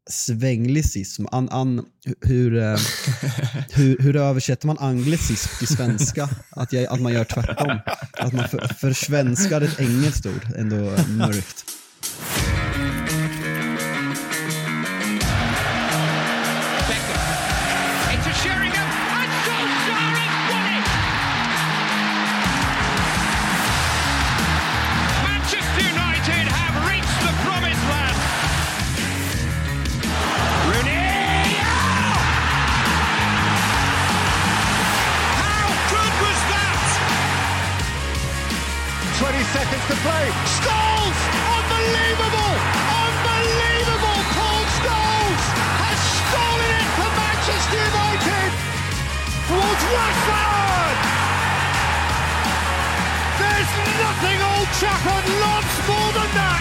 svänglicism. Hur översätter man anglicism till svenska? Att man gör tvärtom. Att man försvenskar ett engelskt ord. Ändå mörkt. Seconds to play. Scholes! Unbelievable! Unbelievable! Paul Scholes has stolen it for Manchester United! Towards Rashford! There's nothing Old Trafford loves more than that!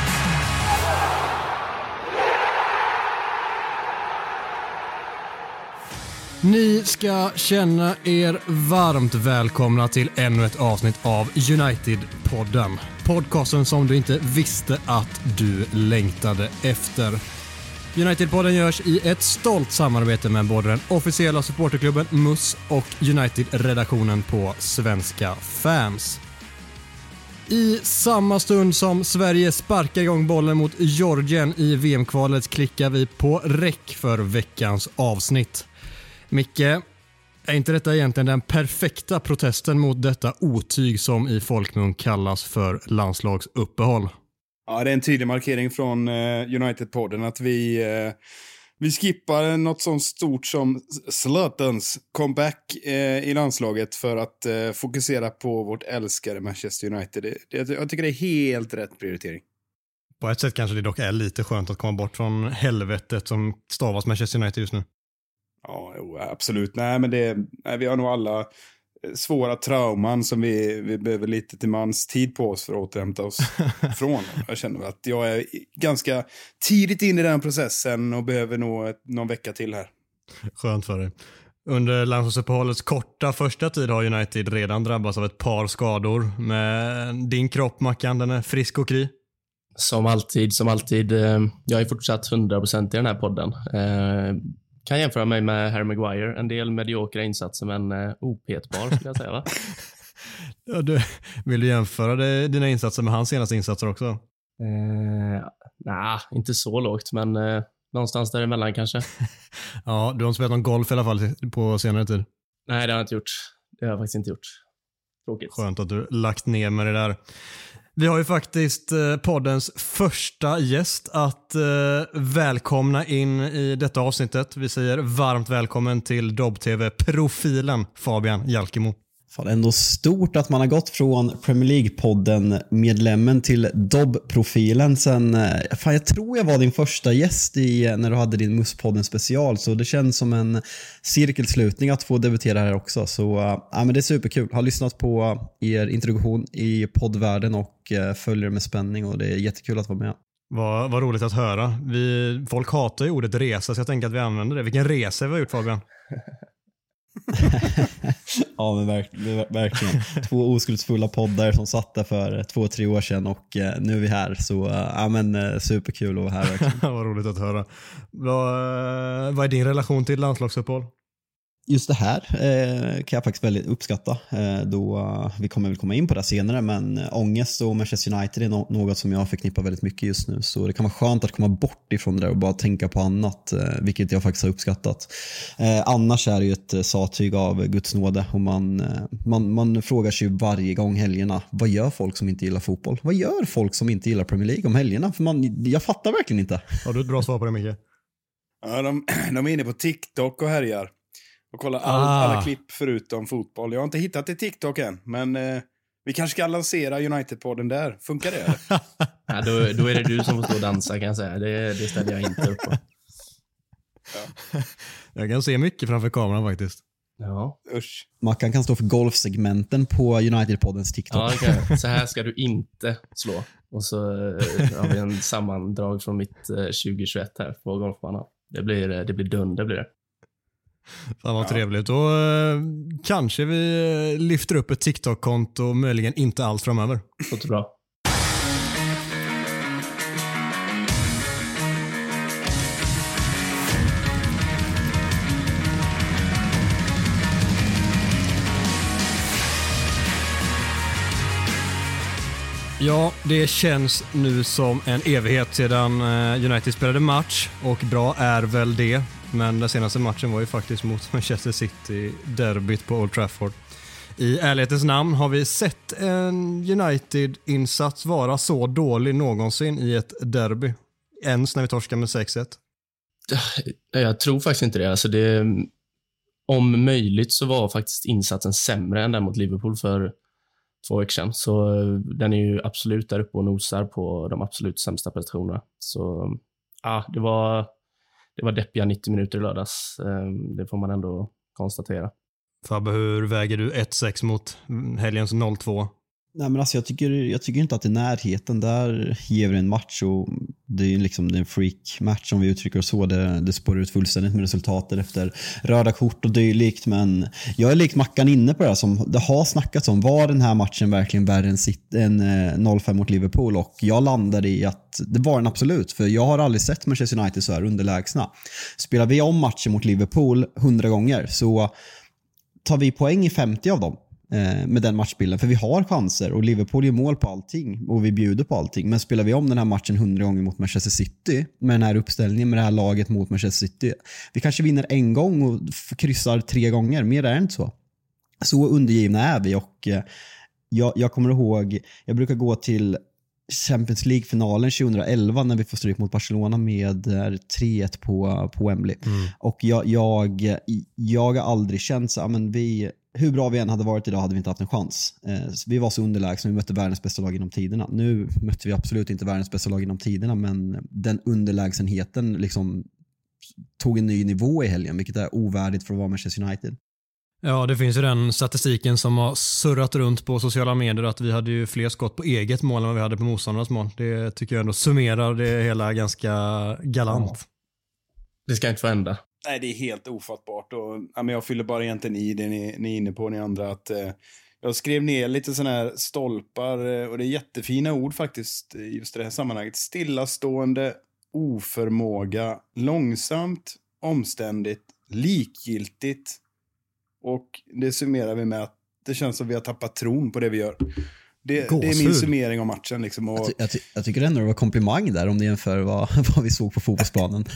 Ni ska känna er varmt välkomna till ännu ett avsnitt av United-podden. Podcasten som du inte visste att du längtade efter. United-podden görs i ett stolt samarbete med både den officiella supporterklubben MUS och United-redaktionen på Svenska Fans. I samma stund som Sverige sparkar igång bollen mot Georgien i VM-kvalet klickar vi på räck för veckans avsnitt. Micke, är inte detta egentligen den perfekta protesten mot detta otyg som i folkmun kallas för landslagsuppehåll? Ja, det är en tydlig markering från United-podden att vi skippar något så stort som Zlatans comeback i landslaget för att fokusera på vårt älskade Manchester United. Jag tycker det är helt rätt prioritering. På ett sätt kanske det dock är lite skönt att komma bort från helvetet som stavas Manchester United just nu. Ja, absolut. Nej, men vi har nog alla svåra trauman som vi behöver lite till mans tid på oss för att återhämta oss från. Jag känner att jag är ganska tidigt in i den processen och behöver nog någon vecka till här. Skönt för dig. Under landslagsuppehållets korta första tid har United redan drabbats av ett par skador. Men din kropp, Mackan, den är frisk och kry? Som alltid. Jag är fortsatt 100% i den här podden. Kan jämföra mig med Harry Maguire. En del mediokra insatser, men opetbar skulle jag säga, va? Ja, vill du jämföra dina insatser med hans senaste insatser också? Nej, inte så lågt, men någonstans däremellan kanske. Ja, du har inte spelat någon golf i alla fall på senare tid. Nej, det har jag inte gjort. Det har jag faktiskt inte gjort. Tråkigt. Skönt att du lagt ner med det där. Vi har ju faktiskt poddens första gäst att välkomna in i detta avsnittet. Vi säger varmt välkommen till Dobb-TV-profilen Fabian Jalkemo. Fan, ändå stort att man har gått från Premier League-podden-medlemmen till Dobb-profilen sen... Fan, jag tror jag var din första gäst när du hade din MUS-podden special, så det känns som en cirkelslutning att få debutera här också. Så ja, men det är superkul. Jag har lyssnat på er introduktion i poddvärlden och följer med spänning, och det är jättekul att vara med. Vad roligt att höra. Folk hatar ju ordet resa, så jag tänker att vi använder det. Vilken resa vi har gjort, Fabian? Ja, men verkligen. 2 oskuldsfulla poddar som satt där för 2-3 år sedan, och nu är vi här. Så ja, men superkul att vara här verkligen. Vad roligt att höra. Vad är din relation till landslagsuppehåll? Just det här kan jag faktiskt väldigt uppskatta. Då vi kommer väl komma in på det senare, men ångest och Manchester United är något som jag förknippar väldigt mycket just nu. Så det kan vara skönt att komma bort ifrån det där och bara tänka på annat, vilket jag faktiskt har uppskattat. Annars är det ju ett sattyg av Guds nåde, och man frågar sig ju varje gång helgerna: vad gör folk som inte gillar fotboll? Vad gör folk som inte gillar Premier League om helgerna? För jag fattar verkligen inte. Har du ett bra svar på det, Micke? Ja, de är inne på TikTok och härjar. Och kolla alla klipp förutom fotboll. Jag har inte hittat till TikTok än, men vi kanske ska lansera United-podden där. Funkar det? Ja, då är det du som får stå och dansa, kan jag säga. Det ställer jag inte upp på. Ja. Jag kan se mycket framför kameran faktiskt. Ja. Usch. Mackan kan stå för golfsegmenten på United-poddens TikTok. Ja, okay. Så här ska du inte slå. Och så har vi en sammandrag från mitt 2021 här på golfbanan. Det blir dund, det blir det. Fan vad trevligt. Och kanske vi lyfter upp ett TikTok-konto, möjligen inte alls framöver. Så bra. Ja, det känns nu som en evighet sedan United spelade match och bra är väl det. Men den senaste matchen var ju faktiskt mot Manchester City, derbyt på Old Trafford. I ärlighetens namn har vi sett en United-insats vara så dålig någonsin i ett derby. Ens när vi torskar med 6-1. Jag tror faktiskt inte det. Alltså om möjligt så var faktiskt insatsen sämre än den mot Liverpool för 2 veckor sedan. Så den är ju absolut där uppe och nosar på de absolut sämsta prestationerna. Så det var deppiga 90 minuter i lördags. Det får man ändå konstatera. Fabbe, hur väger du 1-6 mot helgens 0-2? Nej, men alltså jag tycker inte att i närheten där ger vi en match, och det är ju liksom en freak-match om vi uttrycker oss så. Det spår ut fullständigt med resultatet efter röda kort och dylikt, men jag är likt Mackan inne på det här som det har snackats om. Var den här matchen verkligen värre än 0-5 mot Liverpool? Och jag landade i att det var en absolut, för jag har aldrig sett Manchester United så här underlägsna. Spelar vi om matchen mot Liverpool 100 gånger så tar vi poäng i 50 av dem med den matchbilden, för vi har chanser och Liverpool gör mål på allting och vi bjuder på allting. Men spelar vi om den här matchen 100 gånger mot Manchester City med den här uppställningen, med det här laget mot Manchester City, vi kanske vinner en gång och kryssar 3 gånger, mer är det inte så. Så undergivna är vi. Och jag kommer ihåg, jag brukar gå till Champions League-finalen 2011 när vi får stryk mot Barcelona med 3-1 på Wembley. Och jag har aldrig känt så, men hur bra vi än hade varit idag hade vi inte haft en chans. Vi var så underlägsna, vi mötte världens bästa lag inom tiderna. Nu mötte vi absolut inte världens bästa lag inom tiderna, men den underlägsenheten liksom tog en ny nivå i helgen, vilket är ovärdigt för att vara Manchester United. Ja, det finns ju den statistiken som har surrat runt på sociala medier att vi hade ju fler skott på eget mål än vad vi hade på motståndarnas mål. Det tycker jag ändå summerar det hela ganska galant. Ja. Det ska inte få hända. Nej, det är helt ofattbart. Och, jag fyller bara egentligen i det ni är inne på, ni andra. Att, jag skrev ner lite sådana här stolpar, och det är jättefina ord faktiskt just i det här sammanhanget. Stillastående, oförmåga, långsamt, omständigt, likgiltigt. Och det summerar vi med att det känns som vi har tappat tron på det vi gör. Det är min summering av matchen. Liksom, och jag tycker ändå det var komplimang där om det jämför vad vi såg på fotbollsplanen.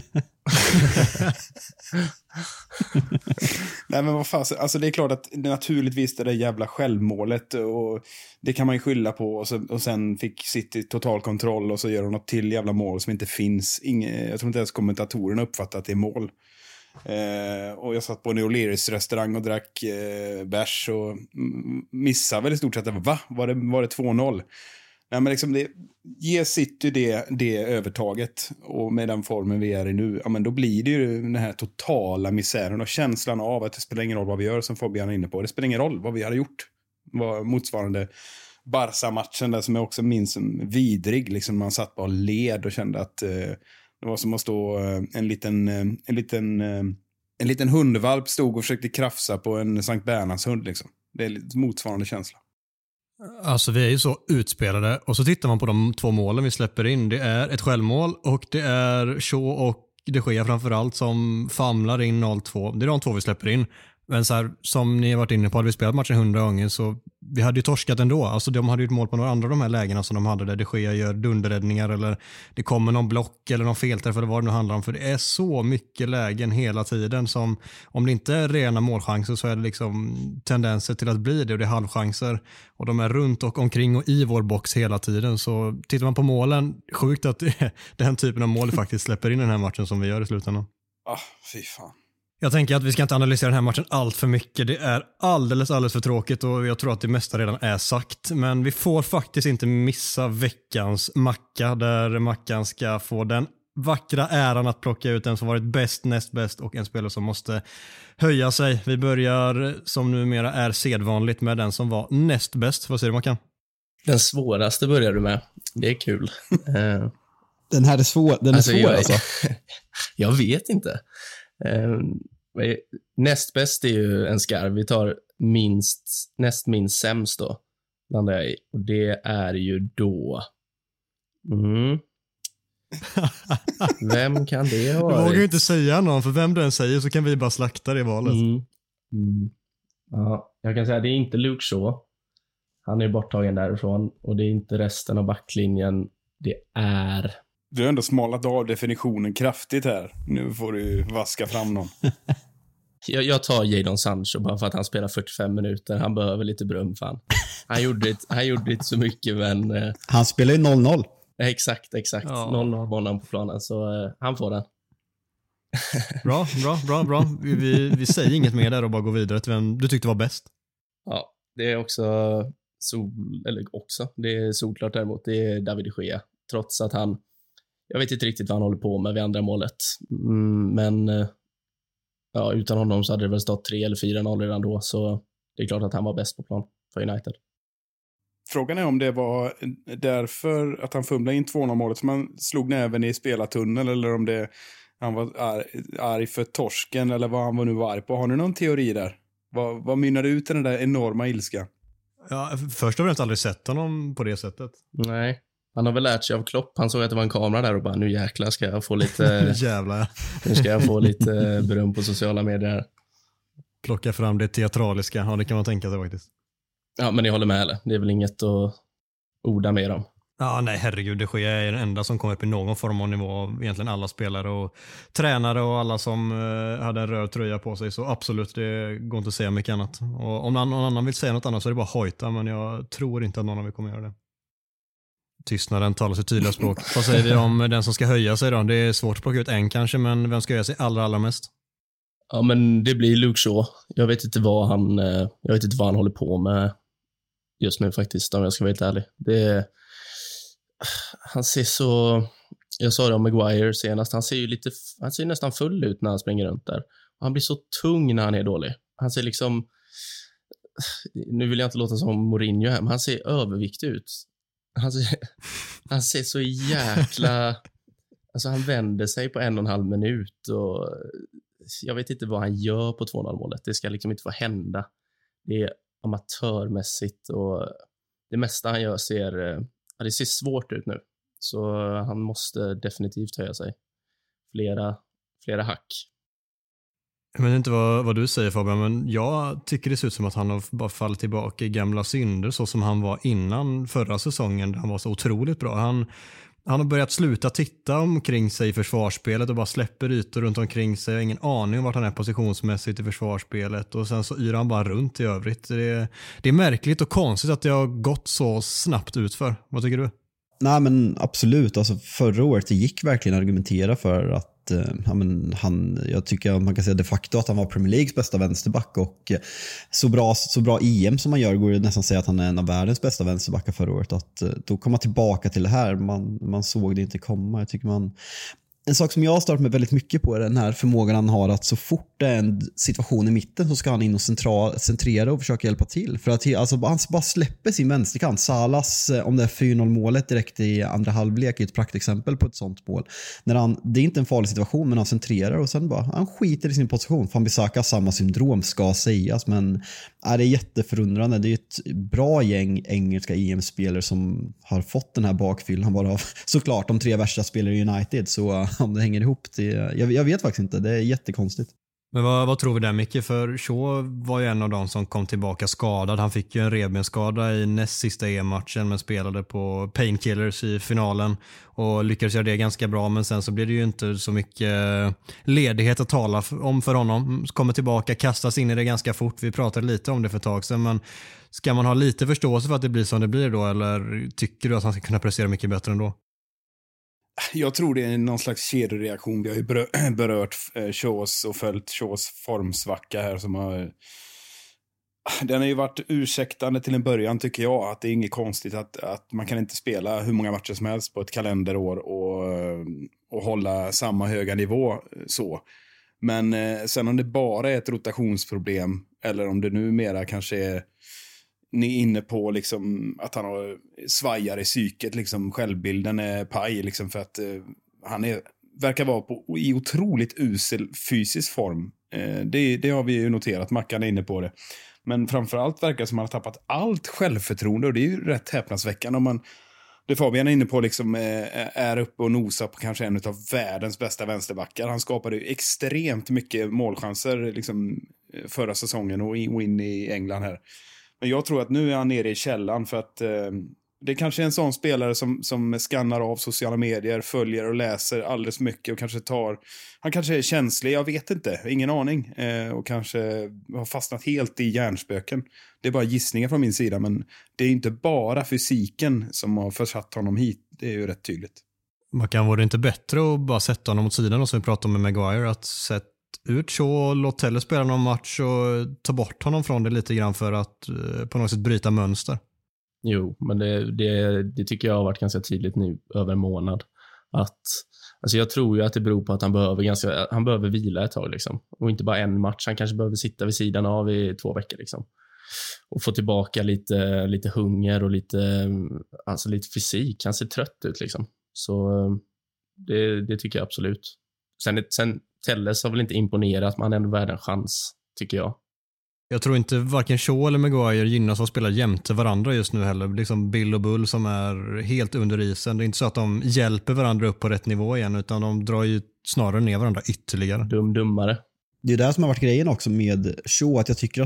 Nej, men vad fan, alltså det är klart att det naturligtvis är det jävla självmålet, och det kan man ju skylla på, och sen fick City total kontroll och så gör de något till jävla mål som inte finns. Jag tror inte ens kommentatorerna uppfattar att det är mål. Och jag satt på en O'Learys restaurang och drack bärs och missade väl i stort sett. Var det 2-0? Nej, men liksom ge City det övertaget, och med den formen vi är i nu, men då blir det ju den här totala misären och känslan av att det spelar ingen roll vad vi gör, som Fabian är inne på. Det spelar ingen roll vad vi hade gjort. Var motsvarande Barca-matchen där som jag också minns som vidrig, liksom man satt bara led och kände att det var som att stå en liten hundvalp stod och försökte krafsa på en Sankt Bernhards hund liksom. Det är lite motsvarande känsla. Alltså vi är ju så utspelade, och så tittar man på de 2 målen vi släpper in. Det är ett självmål och det är Shaw och De Gea framförallt som famlar in 0-2. Det är de 2 vi släpper in. Men så här, som ni har varit inne på, hade vi spelat matchen 100 gånger så vi hade ju torskat ändå. Alltså de hade ju ett mål på några andra av de här lägena som de hade där De Gea gör dunderräddningar eller det kommer någon block eller någon felträff eller vad det nu handlar om. För det är så mycket lägen hela tiden som, om det inte är rena målchanser så är det liksom tendenser till att bli det, och det är halvchanser. Och de är runt och omkring och i vår box hela tiden. Så tittar man på målen, sjukt att det är den typen av mål faktiskt släpper in i den här matchen som vi gör i slutändan. Fy fan. Jag tänker att vi ska inte analysera den här matchen allt för mycket. Det är alldeles för tråkigt och jag tror att det mesta redan är sagt. Men vi får faktiskt inte missa veckans macka, där Mackan ska få den vackra äran att plocka ut den som varit bäst, näst bäst och en spelare som måste höja sig. Vi börjar, som numera är sedvanligt, med den som var näst bäst. Vad säger du, Mackan? Den svåraste börjar du med. Det är kul. Den här är svår. Den är svår alltså. Jag vet inte. Näst bäst är ju en skarv. Vi tar näst minst sämst då, landar jag i. Och det är ju då vem kan det ha varit? Du vågar ju inte säga någon, för vem den säger så kan vi bara slakta det valet. Ja, jag kan säga att det är inte Luke Shaw. Han är borttagen därifrån och det är inte resten av backlinjen. Det är... Du har ändå smalat av definitionen kraftigt här. Nu får du vaska fram någon. Jag tar Jadon Sancho bara för att han spelar 45 minuter. Han behöver lite beröm, fan. Han gjorde inte så mycket, men... Han spelar ju 0-0. Exakt. Ja. 0 var han på planen, så han får den. Bra. Vi säger inget mer där och bara går vidare till vem du tyckte var bäst. Ja, det är också det är solklart däremot. Det är David de Gea. Trots att jag vet inte riktigt vad han håller på med vid andra målet. Men ja, utan honom så hade det väl stått 3 eller 4-0 redan då. Så det är klart att han var bäst på plan för United. Frågan är om det var därför att han fumlade in 2-0-målet som han slog näven i spelartunnel, eller om han var arg för torsken, eller vad han var nu var arg på. Har ni någon teori där? Vad mynnade ut den där enorma ilska? Ja, först och främst aldrig sett honom på det sättet. Nej, han har väl lärt sig av Klopp. Han såg att det var en kamera där och bara, nu jäklar ska jag få lite... Jävlar. Nu ska jag få lite beröm på sociala medier. Plocka fram det teatraliska. Ja, det kan man tänka sig faktiskt. Ja, men jag håller med. Det är väl inget att orda mer om. Ja, nej, herregud. De Gea är den enda som kommer upp i någon form av nivå av egentligen alla spelare och tränare och alla som hade en röd tröja på sig. Så absolut, det går inte att säga mycket annat. Och om någon annan vill säga något annat så är det bara hojta, men jag tror inte att någon av er kommer göra det. Tystnaden talar sitt tydliga språk. Vad säger vi om den som ska höja sig då? Det är svårt att plocka ut en kanske, men vem ska höja sig allra mest? Ja, men det blir Luke Shaw. Jag vet inte vad han håller på med just nu faktiskt, om jag ska vara helt ärlig. Han ser så... Jag sa det om Maguire senast. Han ser nästan full ut när han springer runt där. Och han blir så tung när han är dålig. Han ser liksom... Nu vill jag inte låta som Mourinho här, men han ser överviktig ut. Han ser så jäkla... Alltså han vänder sig på 1,5 minut och jag vet inte vad han gör på 2-0-målet. Det ska liksom inte få hända. Det är amatörmässigt och det mesta han gör det ser svårt ut nu. Så han måste definitivt höja sig. Flera hack. Jag vet inte vad du säger, Fabian, men jag tycker det ser ut som att han har bara fallit tillbaka i gamla synder så som han var innan förra säsongen. Han var så otroligt bra. Han har börjat sluta titta omkring sig i försvarsspelet och bara släpper ytor runt omkring sig. Jag har ingen aning om vart han är positionsmässigt i försvarsspelet och sen så yr han bara runt i övrigt. Det är märkligt och konstigt att det har gått så snabbt utför. Vad tycker du? Nej, men absolut. Alltså, förra året det gick verkligen att argumentera för att jag tycker man kan säga de facto att han var Premier Leagues bästa vänsterback och så bra EM som man gör går det nästan säga att han är en av världens bästa vänsterbackar förra året. Att då komma tillbaka till det här, man såg det inte komma. Jag tycker en sak som jag har startat med väldigt mycket på är den här förmågan han har att så fort det är en situation i mitten så ska han in och centrera och försöka hjälpa till. För att han bara släpper sin vänsterkant. Salas, om det är 4-0 målet direkt i andra halvlek, är ett praktexempel på ett sånt mål. Det är inte en farlig situation, men han centrerar och sen bara, han skiter i sin position. Fan-Bissaka har samma syndrom, ska sägas. Men det är jätteförundrande. Det är ett bra gäng engelska EM-spelare som har fått den här bakfyllan. Han bara såklart de 3 värsta spelare i United, så om det hänger ihop, jag vet faktiskt inte, det är jättekonstigt. Men vad tror vi där, Micke? För Shaw var ju en av dem som kom tillbaka skadad. Han fick ju en revbensskada i näst sista EM-matchen men spelade på painkillers i finalen och lyckades göra det ganska bra, men sen så blev det ju inte så mycket ledighet att tala om för honom. Kommer tillbaka, kastas in i det ganska fort. Vi pratade lite om det för ett tag sedan, men ska man ha lite förståelse för att det blir som det blir då, eller tycker du att han ska kunna prestera mycket bättre ändå? Jag tror det är någon slags kedjereaktion. Vi har ju berört Shaws och följt Shaws formsvacka här som har... Den har ju varit ursäktande till en början, tycker jag. Att det är inget konstigt att man kan inte spela hur många matcher som helst på ett kalenderår och hålla samma höga nivå så. Men sen om det bara är ett rotationsproblem eller om det numera kanske är ni är inne på liksom att han har svajar i psyket, liksom självbilden är paj liksom, för att han verkar vara i otroligt usel fysisk form. Det har vi ju noterat, Mackan är inne på det. Men framförallt verkar det som att han har tappat allt självförtroende och det är ju rätt häpnadsväckande om man, det Fabian är inne på liksom, är uppe och nosar på kanske en av världens bästa vänsterbackar. Han skapade ju extremt mycket målchanser liksom, förra säsongen och in i England här. Men jag tror att nu är han nere i källan för att det kanske är en sån spelare som skannar av sociala medier, följer och läser alldeles mycket och han kanske är känslig, jag vet inte, ingen aning. Och kanske har fastnat helt i hjärnspöken. Det är bara gissningar från min sida, men det är inte bara fysiken som har försatt honom hit. Det är ju rätt tydligt. Vore det inte bättre att bara sätta honom åt sidan och som vi pratade om med Maguire, att sätta ut så och låt Telle spela någon match och ta bort honom från det lite grann för att på något sätt bryta mönster? Jo, men det tycker jag har varit ganska tydligt nu över en månad. Alltså jag tror ju att det beror på att han behöver vila ett tag liksom. Och inte bara en match, han kanske behöver sitta vid sidan av i 2 veckor liksom. Och få tillbaka lite hunger och lite fysik. Han ser trött ut liksom. Så det tycker jag absolut. Sen Telles har väl inte imponerat, men han är ändå värd en chans, tycker jag. Jag tror inte varken Shaw eller Maguire gynnas av att spela jämte varandra just nu heller. Liksom Bill och Bull som är helt under isen. Det är inte så att de hjälper varandra upp på rätt nivå igen, utan de drar ju snarare ner varandra ytterligare. Dummare. Det är det som har varit grejen också med Shaw, att jag tycker att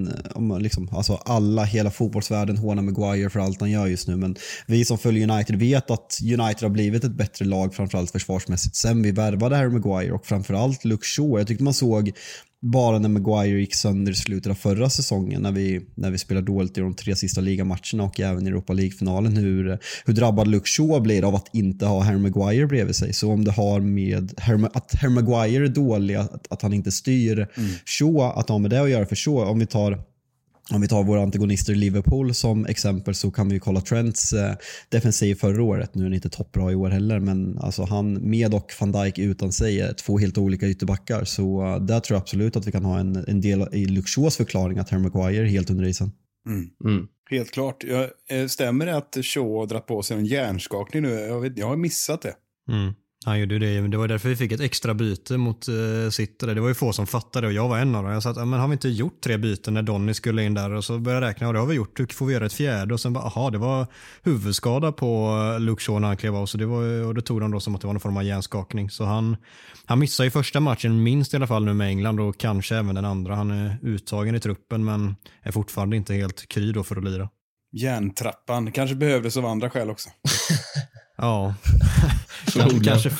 hela fotbollsvärlden hånar Maguire för allt han gör just nu, men vi som följer United vet att United har blivit ett bättre lag, framförallt försvarsmässigt, sen vi värvade Harry Maguire och framförallt Luke Shaw. Jag tyckte man såg bara när Maguire gick sönder i slutet av förra säsongen när vi spelade dåligt i de 3 sista ligamatcherna och även i Europa League-finalen, hur drabbad Luke Shaw blir av att inte ha Harry Maguire bredvid sig. Så om det har med att Harry Maguire är dålig, att han inte styr Shaw, att ha med det att göra för Shaw. Om vi tar våra antagonister i Liverpool som exempel, så kan vi ju kolla Trents defensiv förra året. Nu är det inte toppbra i år heller, men alltså han med och Van Dijk utan sig är 2 helt olika ytterbackar. Så där tror jag absolut att vi kan ha en del i Luke Shaws förklaring att Harry Maguire är helt under isen. Helt klart. Stämmer det att Shaw har dratt på sig en hjärnskakning nu? Jag har missat det. Han gjorde det, men det var därför vi fick ett extra byte mot City. Det var ju få som fattade och jag var en av dem. Jag sa att men har vi inte gjort 3 byten när Donny skulle in där, och så började jag räkna och det har vi gjort. Du får vi göra ett 4:e och sen bara, det var huvudskada på Luke Shaw när han klev av, så det tog de då som att det var någon form av hjärnskakning. Så han missar ju första matchen minst i alla fall nu med England och kanske även den andra. Han är uttagen i truppen men är fortfarande inte helt kry då för att lira. Järntrappan kanske behövdes av andra skäl också. Ja. Kanske.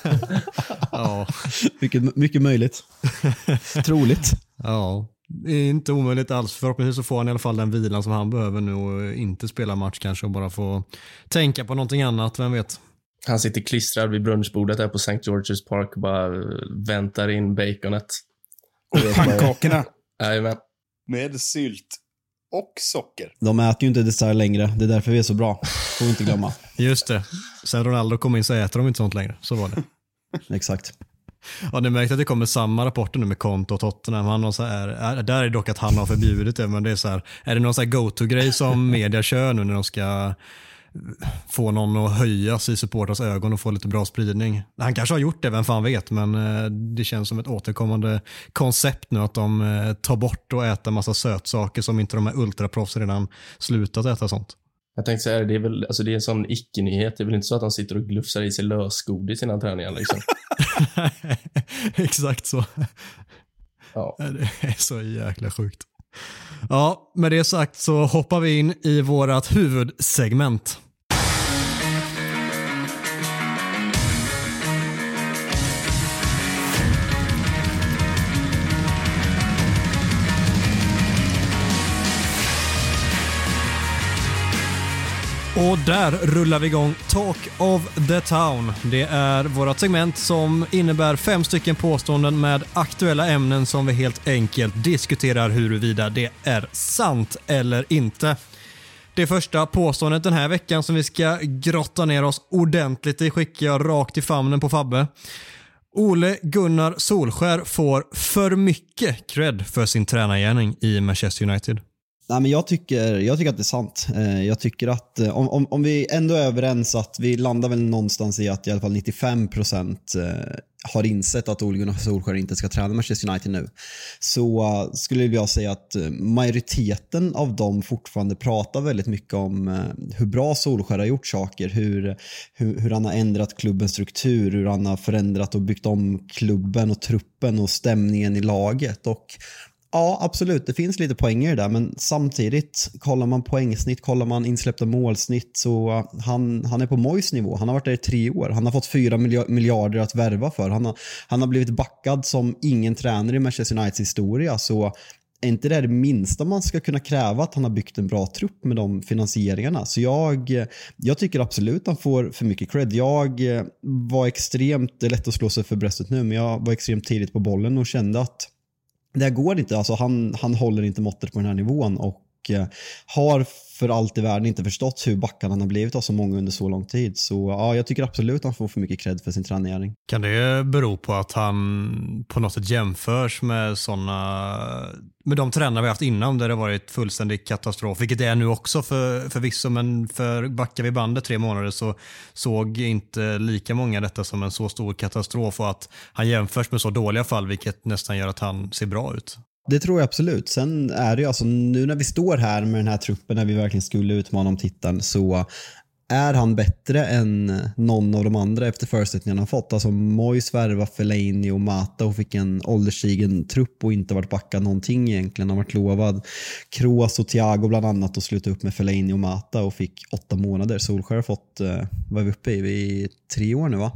Ja. Mycket möjligt. Troligt. Ja. Det är inte omöjligt alls. Förhoppningsvis så får han i alla fall den vilan som han behöver nu och inte spela match kanske och bara få tänka på någonting annat, vem vet. Han sitter klistrad vid brunchbordet där på St. George's Park och bara väntar in baconet. Och pannkakorna. Jajamän. Med sylt. Och socker. De äter ju inte dessert längre. Det är därför vi är så bra. Får vi inte glömma. Just det. Sen Ronaldo kom in så äter de inte sånt längre. Så var det. Exakt. Ja, det märkte att det kommer samma rapporter nu med Conte och Tottenham. Han har så här, där är dock att han har förbjudit det, men det är så här, är det någon så här go-to-grej som media kör nu när de ska få någon att höjas i supporters ögon och få lite bra spridning? Han kanske har gjort det, vem fan vet, men det känns som ett återkommande koncept nu att de tar bort och äter massa sötsaker som inte de här ultraproffs redan slutat äta sånt. Jag tänkte säga, det är väl, alltså det är en sån icke-nyhet. Det är väl inte så att de sitter och glufsar i sig lösgodis i sina träningar liksom. Exakt så. Ja. Det är så jäkla sjukt. Ja, med det sagt så hoppar vi in i vårat huvudsegment. Och där rullar vi igång Talk of the Town. Det är vårt segment som innebär 5 stycken påståenden med aktuella ämnen som vi helt enkelt diskuterar huruvida det är sant eller inte. Det första påståendet den här veckan som vi ska grotta ner oss ordentligt i skickar jag rakt i famnen på Fabbe. Ole Gunnar Solskjær får för mycket cred för sin tränargärning i Manchester United. Nej, men jag tycker att det är sant. Jag tycker att om vi ändå är överens att vi landar väl någonstans i att i alla fall 95% har insett att Ole Gunnar Solskjær inte ska träna Manchester United nu, så skulle jag säga att majoriteten av dem fortfarande pratar väldigt mycket om hur bra Solskjær har gjort saker, hur han har ändrat klubbens struktur, hur han har förändrat och byggt om klubben och truppen och stämningen i laget. Och Ja, absolut. Det finns lite poänger där, men samtidigt kollar man poängsnitt, kollar man insläppta målsnitt, så han är på Moyes nivå. Han har varit där i 3 år. Han har fått 4 miljarder att värva för. Han har blivit backad som ingen tränare i Manchester Uniteds historia, så är inte det minsta man ska kunna kräva, att han har byggt en bra trupp med de finansieringarna. Så jag tycker absolut han får för mycket cred. Jag var extremt, det är lätt att slå sig för bröstet nu, men jag var extremt tidigt på bollen och kände att det går inte. Alltså han håller inte måttet på den här nivån och har för allt i världen inte förstått hur backarna han har blivit av så många under så lång tid. Så ja, jag tycker absolut han får för mycket cred för sin tränering. Kan det bero på att han på något sätt jämförs med de tränare vi haft innan, där det varit fullständig katastrof, vilket det är nu också förvisso, men för backar vi bandet 3 månader så såg inte lika många detta som en så stor katastrof, och att han jämförs med så dåliga fall, vilket nästan gör att han ser bra ut. Det tror jag absolut. Sen är det ju alltså, nu när vi står här med den här truppen, när vi verkligen skulle utmana om titeln, så är han bättre än någon av de andra efter förutsättningarna han fått. Alltså Moyes värva Fellaini och Mata och fick en ålderstigen trupp och inte varit backad någonting egentligen. Han har varit lovad Kroos och Thiago bland annat och sluta upp med Fellaini och Mata och fick 8 månader. Solskjaer har fått, vad är vi uppe i 3 år nu va?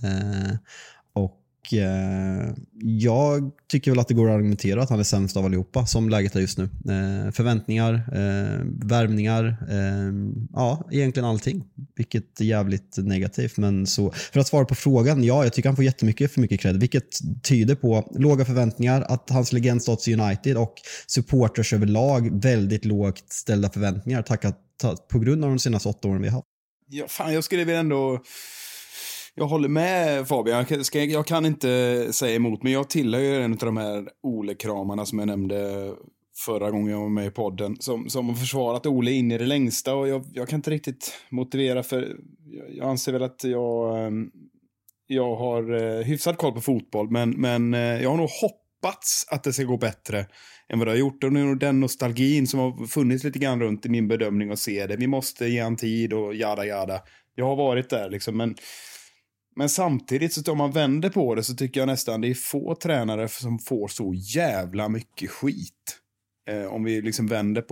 Jag tycker väl att det går att argumentera att han är sämst av allihopa som läget är just nu. Förväntningar, värvningar, ja, egentligen allting. Vilket är jävligt negativt. Men så, för att svara på frågan, ja, jag tycker han får jättemycket för mycket cred. Vilket tyder på låga förväntningar, att hans legendstatus i United och supporters överlag väldigt lågt ställda förväntningar på grund av de senaste 8 åren vi har haft. Ja, fan, jag skulle väl ändå... Jag håller med Fabian, jag kan inte säga emot, men jag tillhör ju en av de här Ole-kramarna som jag nämnde förra gången jag var med i podden, som har försvarat Ole in i det längsta, och jag kan inte riktigt motivera, för jag anser väl att jag har hyfsat koll på fotboll, men jag har nog hoppats att det ska gå bättre än vad det har gjort, och nu den nostalgin som har funnits lite grann runt i min bedömning och se det, vi måste ge en tid och jada. Jag har varit där liksom, men samtidigt så om man vänder på det så tycker jag nästan det är få tränare som får så jävla mycket skit. Om vi liksom vänder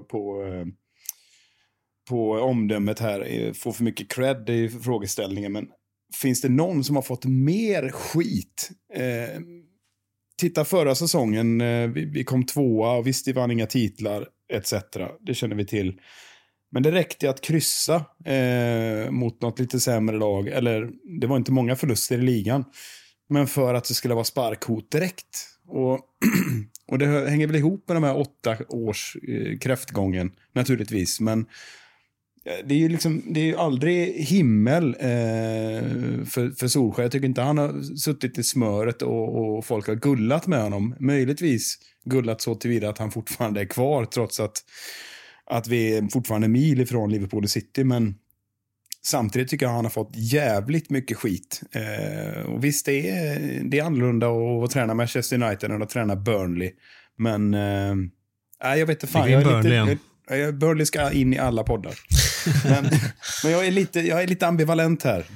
på omdömet här, får för mycket cred i frågeställningen, men finns det någon som har fått mer skit? Titta förra säsongen, vi kom 2:a och visst, vi vann inga titlar etc. Det känner vi till. Men det räckte att kryssa mot något lite sämre lag. Eller det var inte många förluster i ligan. Men för att det skulle vara sparkhot direkt. Och det hänger väl ihop med de här 8 års kräftgången naturligtvis. Men det är ju liksom, det är ju aldrig himmel för Solskjaer. Jag tycker inte han har suttit i smöret och folk har gullat med honom. Möjligtvis gullat så tillvida att han fortfarande är kvar trots att vi är fortfarande mil ifrån Liverpool City, men samtidigt tycker jag han har fått jävligt mycket skit. Och visst, det är annorlunda att träna Manchester United än att träna Burnley, men jag vet inte fan. Burnley ska in i alla poddar. men jag är lite ambivalent här.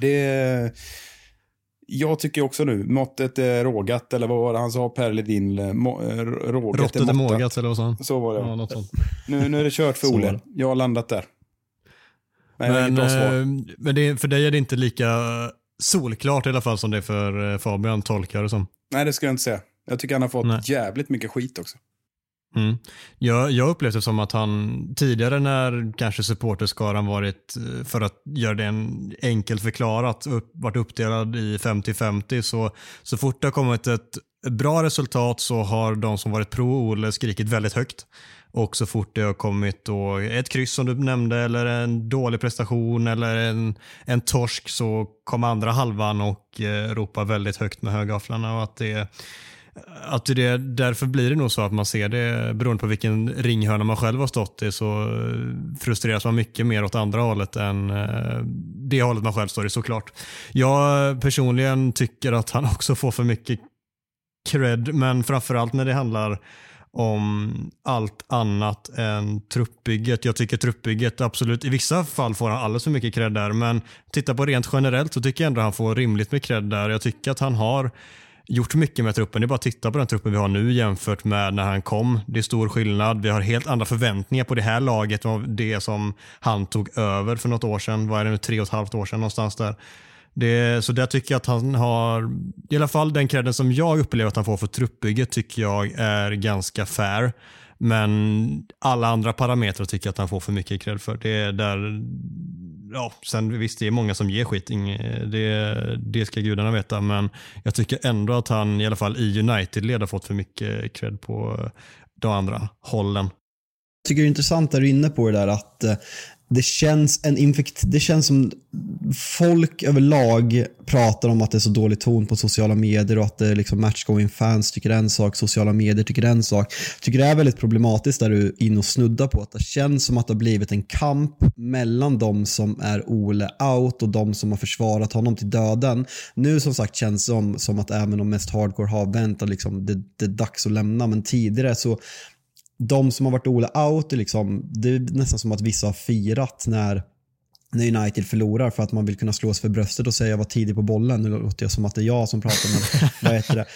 Jag tycker också nu, måttet är rågat, eller vad var det han sa, Per Ledin, rågat Rottet är mågat, eller vad sa han? Så var det. Ja, något sånt. Nu är det kört för Ole. Jag har landat där. Men för dig är det inte lika solklart i alla fall som det är för Fabian, tolkar det som. Nej, det ska jag inte säga. Jag tycker han har fått jävligt mycket skit också. Mm. Jag upplevde det som att han tidigare, när kanske supporterskaran varit, för att göra det enkelt förklarat, varit uppdelad i 50-50, så fort det har kommit ett bra resultat så har de som varit pro-Ole skrikit väldigt högt, och så fort det har kommit då ett kryss som du nämnde, eller en dålig prestation eller en torsk, så kommer andra halvan och ropar väldigt högt med högafflarna, och att det därför blir det nog så att man ser det, beroende på vilken ringhörna man själv har stått i, så frustreras man mycket mer åt andra hållet än det hållet man själv står i, såklart. Jag personligen tycker att han också får för mycket cred, men framförallt när det handlar om allt annat än truppbygget. Jag tycker truppbygget absolut, i vissa fall får han alldeles för mycket cred där, men titta på rent generellt så tycker jag ändå han får rimligt med cred där. Jag tycker att han har gjort mycket med truppen. Det är bara att titta på den truppen vi har nu jämfört med när han kom. Det är stor skillnad. Vi har helt andra förväntningar på det här laget av det som han tog över för något år sedan. Vad är det nu? 3,5 år sedan någonstans där. Så där tycker jag att han har, i alla fall den credden som jag upplever att han får för truppbygget tycker jag är ganska fair. Men alla andra parametrar tycker jag att han får för mycket cred för. Det är där, ja, sen visst det är många som ger skit. Det ska gudarna veta. Men jag tycker ändå att han i alla fall i United-led har fått för mycket cred på de andra hållen. Jag tycker det är intressant där du är inne på det där att det känns som folk överlag pratar om att det är så dålig ton på sociala medier och att det liksom matchgoing fans tycker en sak, sociala medier tycker en sak. Jag tycker det är väldigt problematiskt där du är in och snuddar på att det känns som att det har blivit en kamp mellan de som är Ole out och de som har försvarat honom till döden. Nu som sagt känns det som att även de mest hardcore har vänt och liksom det är dags att lämna, men tidigare så de som har varit Ole out liksom, det är nästan som att vissa har firat när United förlorar för att man vill kunna slås för bröstet och säga jag var tidig på bollen. Nu låter jag som att det är jag som pratar, men vad heter det?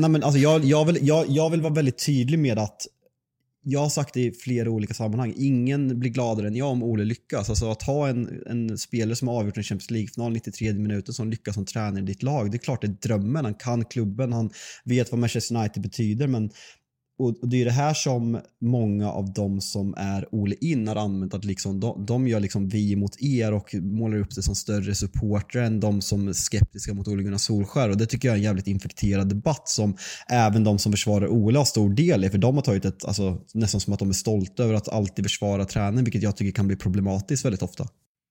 Jag vill vara väldigt tydlig med att jag har sagt det i flera olika sammanhang. Ingen blir gladare än jag om Ole lyckas. Alltså att ha en spelare som har avgjort en Champions League-final 93 minuter som lyckas som tränare i ditt lag. Det är klart det är drömmen. Han kan klubben, han vet vad Manchester United betyder, men och det är det här som många av dem som är Ole in har använt, att liksom, de gör liksom vi mot er och målar upp det som större supporter än de som är skeptiska mot Ole Gunnar Solskjær, och det tycker jag är en jävligt infekterad debatt som även de som försvarar Ole har stor del i, för de har tagit nästan som att de är stolta över att alltid försvara tränaren, vilket jag tycker kan bli problematiskt väldigt ofta.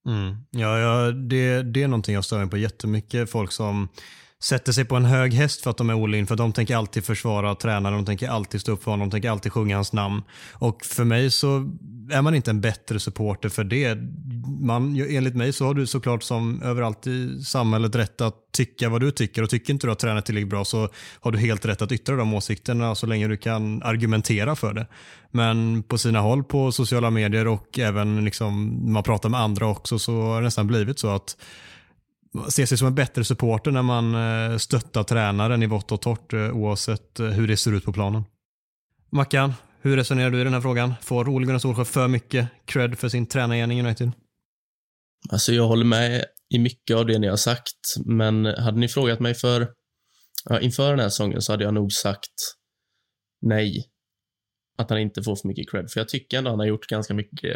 Ja, det är någonting jag stör mig på jättemycket, folk som sätter sig på en hög häst för att de är Ole in, för de tänker alltid försvara tränaren, de tänker alltid stå upp för honom, de tänker alltid sjunga hans namn. Och för mig så är man inte en bättre supporter för det. Enligt mig så har du såklart som överallt i samhället rätt att tycka vad du tycker, och tycker inte du att tränaren är tillräckligt bra så har du helt rätt att yttra de åsikterna så länge du kan argumentera för det. Men på sina håll på sociala medier och även liksom man pratar med andra också, så har det nästan blivit så att ser sig som en bättre supporter när man stöttar tränaren i vått och torrt oavsett hur det ser ut på planen. Mackan, hur resonerar du i den här frågan? Får Ole Gunnar Solskjær för mycket cred för sin tränargärning i United? Alltså jag håller med i mycket av det ni har sagt, men hade ni frågat mig inför den här säsongen så hade jag nog sagt nej, att han inte får för mycket cred, för jag tycker ändå han har gjort ganska mycket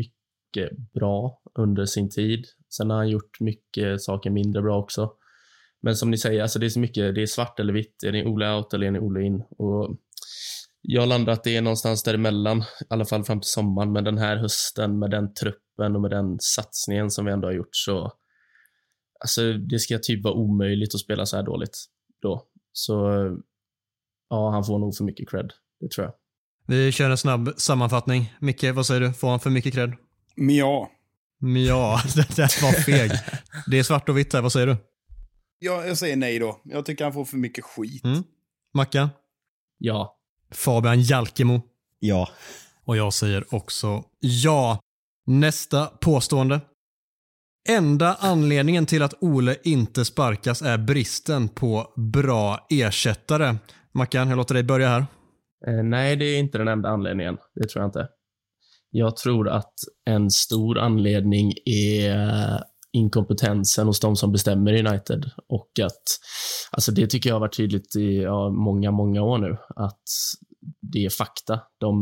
bra under sin tid. Sen har han gjort mycket saker mindre bra också. Men som ni säger, alltså det är så mycket, det är svart eller vitt. Är det Ole out eller är det Ole in? Och jag landar att det är någonstans däremellan, i alla fall fram till sommaren. Men den här hösten med den truppen och med den satsningen som vi ändå har gjort, så alltså det ska typ vara omöjligt att spela så här dåligt då. Så ja, han får nog för mycket cred, det tror jag. Vi kör en snabb sammanfattning. Micke, vad säger du? Får han för mycket cred? Ja, det var feg. Det är svart och vitt här, vad säger du? Ja, jag säger nej då. Jag tycker han får för mycket skit. Mackan? Ja. Fabian Jalkemo? Ja. Och jag säger också ja. Nästa påstående. Enda anledningen till att Ole inte sparkas är bristen på bra ersättare. Mackan, jag låter dig börja här. Nej, det är inte den enda anledningen. Det tror jag inte. Jag tror att en stor anledning är inkompetensen hos de som bestämmer i United, och att alltså det tycker jag har varit tydligt i många år nu, att det är fakta.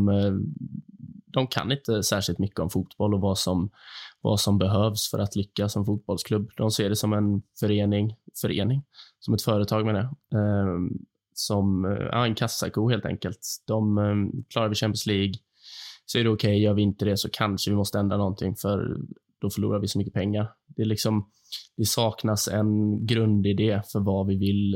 De kan inte särskilt mycket om fotboll och vad som behövs för att lyckas som fotbollsklubb. De ser det som en förening som ett företag med det. Som en kassako helt enkelt. De klarar vi Champions League så är det okej, gör vi inte det så kanske vi måste ändra någonting, för då förlorar vi så mycket pengar. Det saknas en grundidé för vad vi vill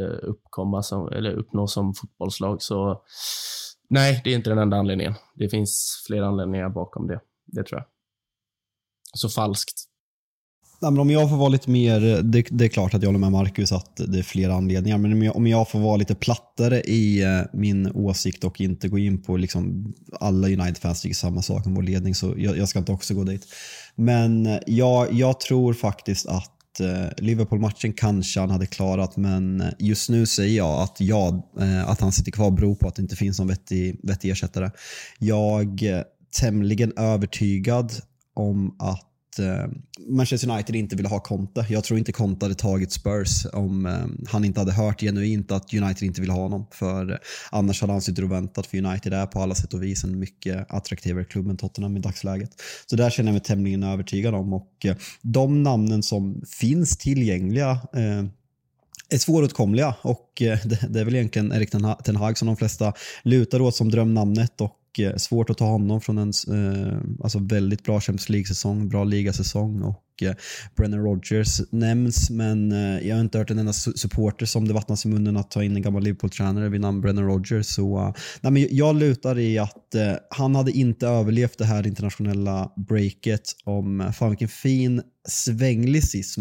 uppnå som fotbollslag. Så nej, det är inte den enda anledningen. Det finns flera anledningar bakom det. Det tror jag. Så falskt. Nej, men om jag får vara lite mer, det är klart att jag håller med Marcus att det är flera anledningar, men om jag får vara lite plattare i min åsikt och inte gå in på liksom alla United-fans tycker samma sak om vår ledning, så jag ska inte också gå dit. Men jag tror faktiskt att Liverpool-matchen kanske han hade klarat, men just nu säger jag att han sitter kvar beror på att det inte finns någon vettig ersättare. Jag är tämligen övertygad om att Manchester United inte ville ha Conte. Jag tror inte Conte hade tagit Spurs om han inte hade hört genuint att United inte ville ha honom, för annars hade han suttit och väntat, för United är på alla sätt och vis en mycket attraktivare klubb än Tottenham i dagsläget. Så där känner jag mig tämligen övertygad om, och de namnen som finns tillgängliga är svåråtkomliga, och det är väl egentligen Erik Ten Hag som de flesta lutar åt som drömnamnet, och svårt att ta honom från en alltså väldigt bra Champions League-säsong, bra ligasäsong, och Brendan Rodgers nämns, men jag har inte hört en enda supporter som det vattnas i munnen att ta in en gammal Liverpool-tränare vid namn Brendan Rodgers. Så men jag lutar i att han hade inte överlevt det här internationella breaket om, fan vilken fin svänglicism.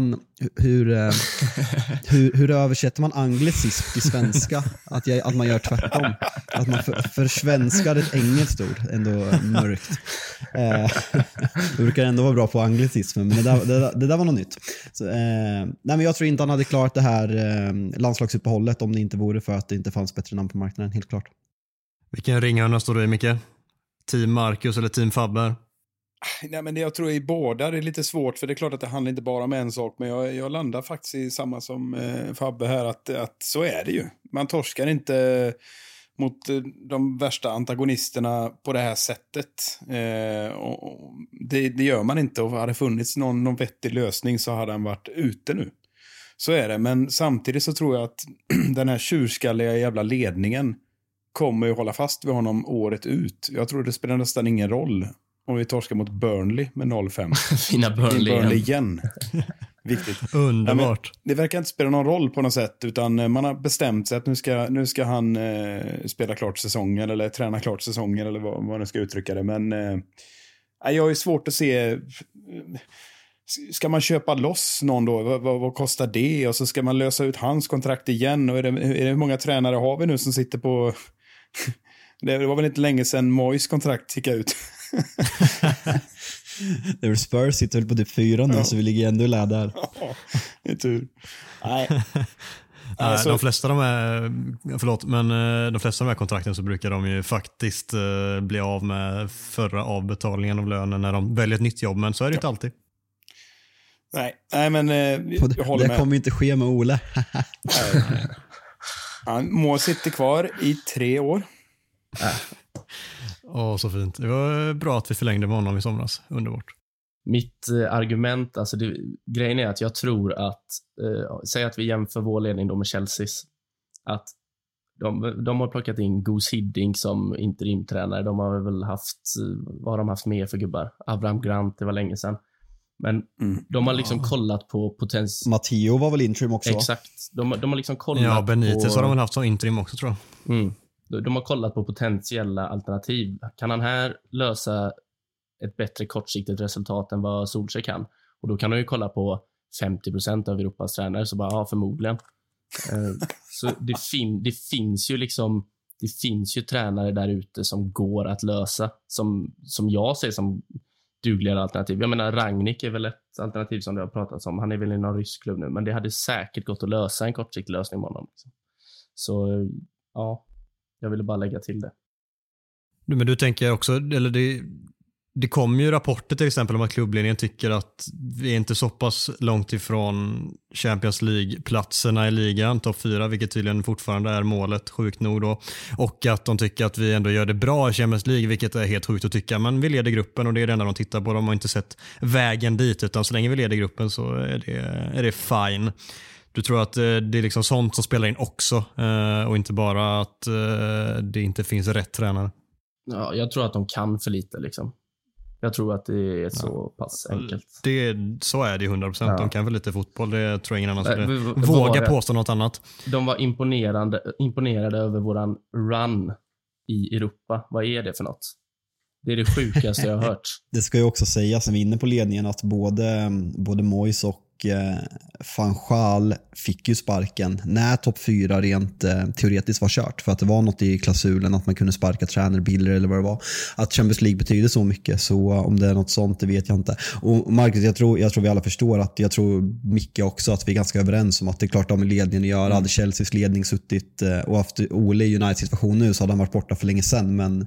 Hur översätter man anglicism till svenska? Att man gör tvärtom. Att man försvenskar ett engelskt ord. Ändå mörkt. Det brukar ändå vara bra på anglicismen, men det där var något nytt. Så, nej, men jag tror inte han hade klarat det här landslagsuppehållet om det inte vore för att det inte fanns bättre namn på marknaden, helt klart. Vilken ringhörna står du i, Micke? Team Marcus eller Team Fabber? Nej, men jag tror i båda det är lite svårt, för det är klart att det handlar inte bara om en sak, men jag landar faktiskt i samma som Fabbe här, att så är det ju. Man torskar inte mot de värsta antagonisterna på det här sättet. Och det gör man inte, och hade det funnits någon vettig lösning så hade han varit ute nu. Så är det, men samtidigt så tror jag att den här tjurskalliga jävla ledningen kommer ju hålla fast vid honom året ut. Jag tror det spelar nästan ingen roll om vi torskar mot Burnley med 0-5. Fina Burnley igen. Viktigt. Underbart. Ja, det verkar inte spela någon roll på något sätt, utan man har bestämt sig att nu ska han spela klart säsongen eller träna klart säsongen, eller vad man ska uttrycka det. Men jag är svårt att se. Ska man köpa loss någon då? Vad kostar det? Och så ska man lösa ut hans kontrakt igen. Och är det hur många tränare har vi nu som sitter på... Det var väl inte länge sedan Moyes kontrakt gick ut. Spurs sitter väl på typ 4 nu, så vi ligger ändå i lä där. Ja, det är tur. Nej. Alltså, de flesta av de här kontrakten så brukar de ju faktiskt bli av med förra avbetalningen av lönen när de väljer ett nytt jobb, men så är det inte alltid. Nej, men jag håller med. Det kommer inte ske med Ole. Han må sitta kvar i 3 år. Så fint. Det var bra att vi förlängde med honom i somras. Underbart. Mitt argument, alltså grejen är att jag tror att säg att vi jämför vår ledning då med Chelseas, att de har plockat in Goose Hiddink som interimtränare. De har väl vad har de haft med för gubbar? Abraham Grant, det var länge sedan. Men de har liksom kollat på potential. Matteo var väl interim också? Exakt. De har liksom kollat Benitez har de väl haft som interim också, tror jag. De har kollat på potentiella alternativ. Kan han här lösa ett bättre kortsiktigt resultat än vad Solskjaer kan? Och då kan de ju kolla på 50% av Europas tränare, så bara, förmodligen. Så det finns ju liksom, det finns ju tränare där ute som går att lösa, som jag ser som dugligare alternativ. Jag menar, Rangnick är väl ett alternativ som det har pratats om. Han är väl i någon rysk klubb nu, men det hade säkert gått att lösa en kortsiktig lösning med honom. Liksom. Så ja, jag ville bara lägga till det. Men du tänker också, eller det kommer ju rapporter till exempel om att klubbledningen tycker att vi är inte så pass långt ifrån Champions League-platserna i ligan, topp 4, vilket tydligen fortfarande är målet, sjukt nog då. Och att de tycker att vi ändå gör det bra i Champions League, vilket är helt sjukt att tycka. Men vi leder gruppen och det är det enda de tittar på. De har inte sett vägen dit, utan så länge vi leder gruppen så är det fine. Du tror att det är liksom sånt som spelar in också och inte bara att det inte finns rätt tränare? Ja, jag tror att de kan för lite liksom. Jag tror att det är så pass enkelt. Så är det 100%. Ja. De kan väl lite fotboll. Det tror jag ingen annan skulle våga påstå något annat. De var imponerade över våran run i Europa. Vad är det för något? Det är det sjukaste jag har hört. Det ska ju också sägas, när vi är inne på ledningen, att både Moyes och van Gaal fick ju sparken när topp 4 rent teoretiskt var kört, för att det var något i klausulen att man kunde sparka tränare billigare eller vad det var. Att Champions League betyder så mycket, så om det är något sånt, det vet jag inte. Och Marcus, jag tror vi alla förstår att, jag tror Micke också, att vi är ganska överens om att det är klart de med ledningen att göra. Hade Chelseas ledning suttit och haft Ole i United situation nu så hade han varit borta för länge sedan, men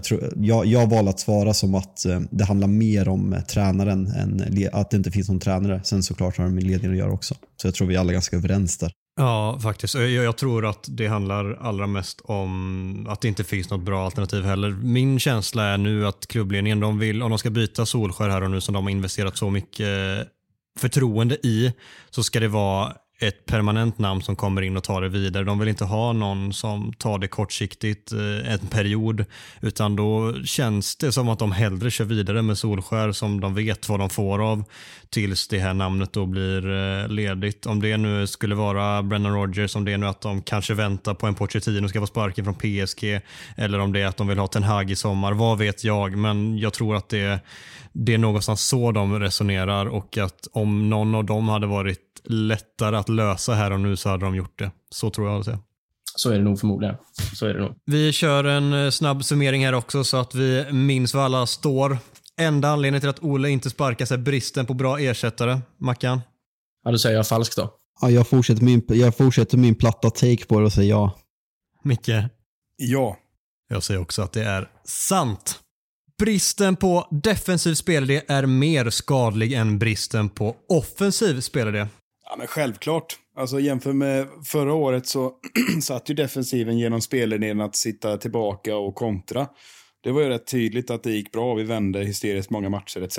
jag valde att svara som att det handlar mer om tränaren än att det inte finns någon tränare. Sen såklart har de med ledningen att göra också. Så jag tror vi alla är ganska överens där. Ja, faktiskt. Jag tror att det handlar allra mest om att det inte finns något bra alternativ heller. Min känsla är nu att klubbledningen, de vill, om de ska byta Solskär här och nu som de har investerat så mycket förtroende i, så ska det vara ett permanent namn som kommer in och tar det vidare. De vill inte ha någon som tar det kortsiktigt en period, utan då känns det som att de hellre kör vidare med Solskär som de vet vad de får av tills det här namnet då blir ledigt. Om det nu skulle vara Brendan Rodgers, om det är nu att de kanske väntar på en Pochettino ska få sparken från PSG, eller om det är att de vill ha Ten Hag i sommar, vad vet jag, men jag tror att det är någonstans så de resonerar, och att om någon av dem hade varit lättare att lösa här och nu så hade de gjort det. Så tror jag alltså. Så är det nog förmodligen. Så är det nog. Vi kör en snabb summering här också så att vi minns var alla står. Enda anledningen till att Ole inte sparkar sig bristen på bra ersättare. Mackan? Ja, då säger jag falskt då. Ja, jag fortsätter min platta take på det och säger ja. Micke? Ja. Jag säger också att det är sant. Bristen på defensiv spelare är mer skadlig än bristen på offensiv spelare. Ja, men självklart. Alltså jämför med förra året så satt ju defensiven genom spelidén att sitta tillbaka och kontra. Det var ju rätt tydligt att det gick bra. Vi vände hysteriskt många matcher etc.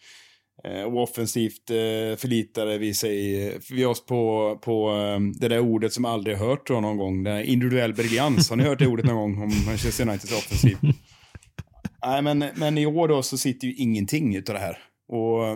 Och offensivt förlitade vi oss på det där ordet som aldrig hört då någon gång. Den individuell briljans. Har ni hört det ordet någon gång om Manchester Uniteds offensiv? Nej, men i år då så sitter ju ingenting utav det här. Och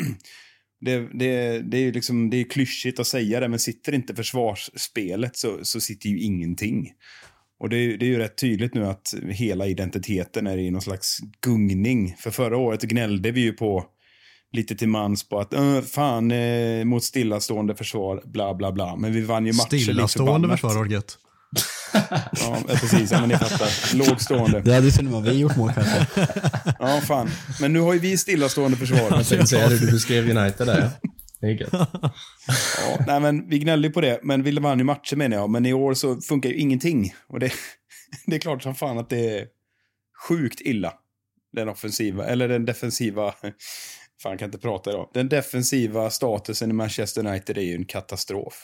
det är ju liksom, det är klyschigt att säga det, men sitter inte försvarsspelet så sitter ju ingenting. Och det är ju rätt tydligt nu att hela identiteten är i någon slags gungning. För förra året gnällde vi ju på lite till mans på att mot stillastående försvar bla bla bla, men vi vann ju matcher. Stillastående försvar, Orget. Ja, precis. Ja, men ni fattar. Lågstående. Det hade ju vi gjort mål kanske. Ja, fan. Men nu har ju vi stillastående försvar. Jag tänkte säga det, du beskrev United där, ja. Det är gött. Ja, nej, men vi gnällde på det. Men vi vann ju matcher menar jag. Men i år så funkar ju ingenting. Och det är klart som fan att det är sjukt illa. Den offensiva, eller den defensiva... Fan, kan inte prata idag. Den defensiva statusen i Manchester United är ju en katastrof.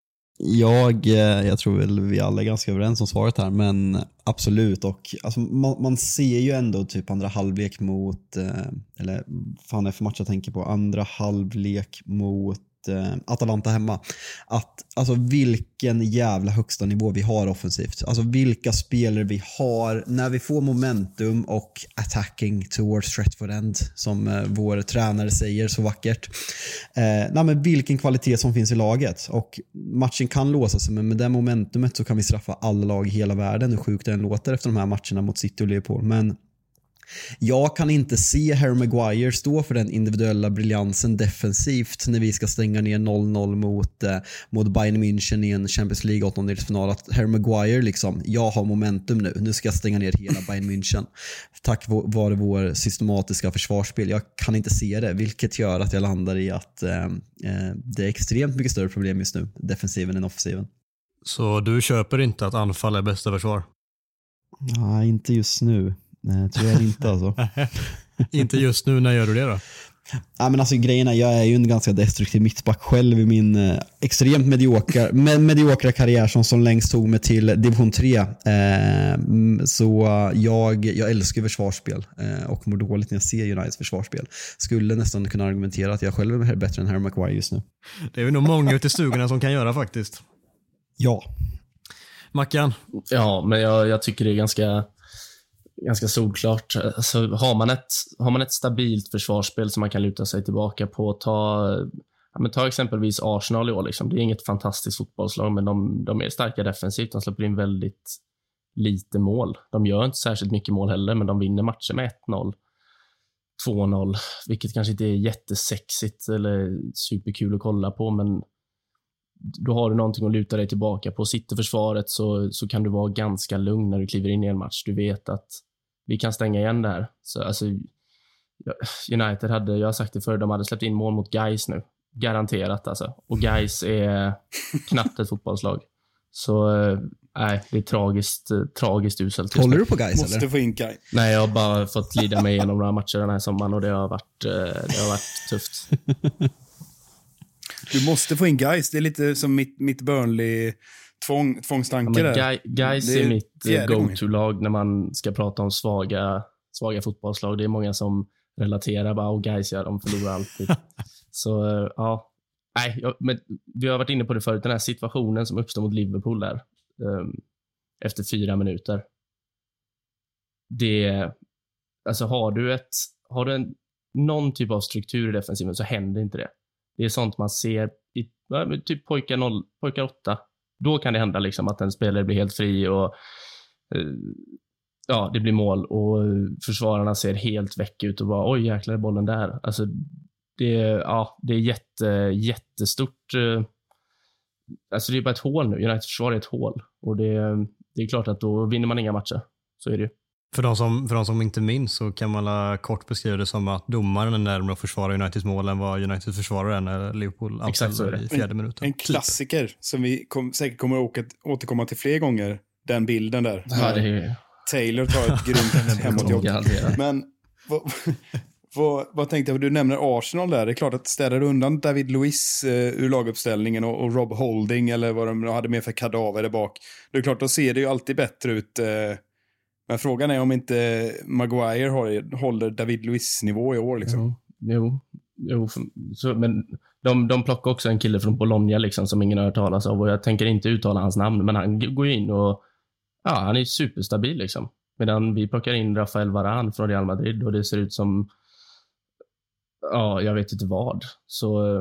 Jag tror väl vi alla är ganska överens om svaret här, men absolut. Och alltså, man ser ju ändå typ andra halvlek mot eller fan är för match jag tänker på, andra halvlek mot Atalanta hemma, att alltså vilken jävla högsta nivå vi har offensivt, alltså vilka spelare vi har när vi får momentum och attacking towards Stretford End som vår tränare säger så vackert. Men vilken kvalitet som finns i laget, och matchen kan låsa sig, men med det momentumet så kan vi straffa alla lag i hela världen, hur sjukt den låter efter de här matcherna mot City och Liverpool. Men jag kan inte se Harry Maguire stå för den individuella briljansen defensivt när vi ska stänga ner 0-0 mot Bayern München i en Champions League 8-delsfinal. Att Harry Maguire liksom, jag har momentum nu ska jag stänga ner hela Bayern München. Tack vare vår systematiska försvarsspel. Jag kan inte se det, vilket gör att jag landar i att det är extremt mycket större problem just nu, defensiven än offensiven. Så du köper inte att anfall är bästa försvar? Nej, inte just nu. Nej, tror jag inte alltså. Inte just nu, när gör du det då? Ja, men alltså grejen är, jag är ju en ganska destruktiv mittback själv i min extremt mediokra karriär som längst tog mig till division 3. Så jag älskar försvarsspel och mår dåligt när jag ser Uniteds försvarsspel. Skulle nästan kunna argumentera att jag själv är bättre än Harry Maguire just nu. Det är nog många ute i stugorna som kan göra faktiskt. Ja. Mackan? Ja, men jag tycker det är ganska solklart. Alltså, har man ett stabilt försvarsspel som man kan luta sig tillbaka på, ta exempelvis Arsenal i år liksom. Det är inget fantastiskt fotbollslag, men de är starka defensivt. De släpper in väldigt lite mål. De gör inte särskilt mycket mål heller, men de vinner matcher med 1-0. 2-0, vilket kanske inte är jättesexigt eller superkul att kolla på, men då har du någonting att luta dig tillbaka på. Sitter försvaret så kan du vara ganska lugn när du kliver in i en match. Du vet att vi kan stänga igen det här. Så, alltså, United hade, jag har sagt det förr, de hade släppt in mål mot Gais nu. Garanterat alltså. Och Gais är knappt ett fotbollslag. Så nej, det är tragiskt uselt. Håller du på Gais eller? Måste få in Gais. Nej, jag har bara fått lida mig igenom några matcher den här sommaren och det har varit tufft. Du måste få in Gais. Det är lite som mitt Burnley tvångstanke där. Gais är mitt go-to-lag när man ska prata om svaga fotbollslag. Det är många som relaterar bara, och Gais, ja, de förlorar alltid. Så ja, nej, men vi har varit inne på det förut, den här situationen som uppstår mot Liverpool där efter 4 minuter. Det, alltså har du någon typ av struktur i defensiven så händer inte det. Det är sånt man ser i typ pojkar 8. Då kan det hända liksom att en spelare blir helt fri och det blir mål och försvararna ser helt väck ut och bara, oj jäklar är bollen där. Alltså det är jättestort. Alltså det är bara ett hål nu. United försvar är ett hål och det är klart att då vinner man inga matcher. Så är det ju. För de som inte minns så kan man kort beskriva det som att domaren är närmare att försvara Uniteds mål än vad United försvarar när Liverpool anfaller i 4:e minuten. En klassiker som vi säkert kommer att återkomma till fler gånger. Den bilden där. Ja, det är... Taylor tar ett grymt hemåtjobb. Men vad tänkte jag? Du nämner Arsenal där. Det är klart att städar undan David Luiz ur laguppställningen och Rob Holding eller vad de hade med för kadaver där bak. Det är klart, då ser det ju alltid bättre ut. Men frågan är om inte Maguire håller David Luiz-nivå i år liksom. Jo. Så, men de plockar också en kille från Bologna liksom, som ingen har hört talas av, och jag tänker inte uttala hans namn, men han går in och han är superstabil liksom. Medan vi plockar in Rafael Varane från Real Madrid och det ser ut som jag vet inte vad. Så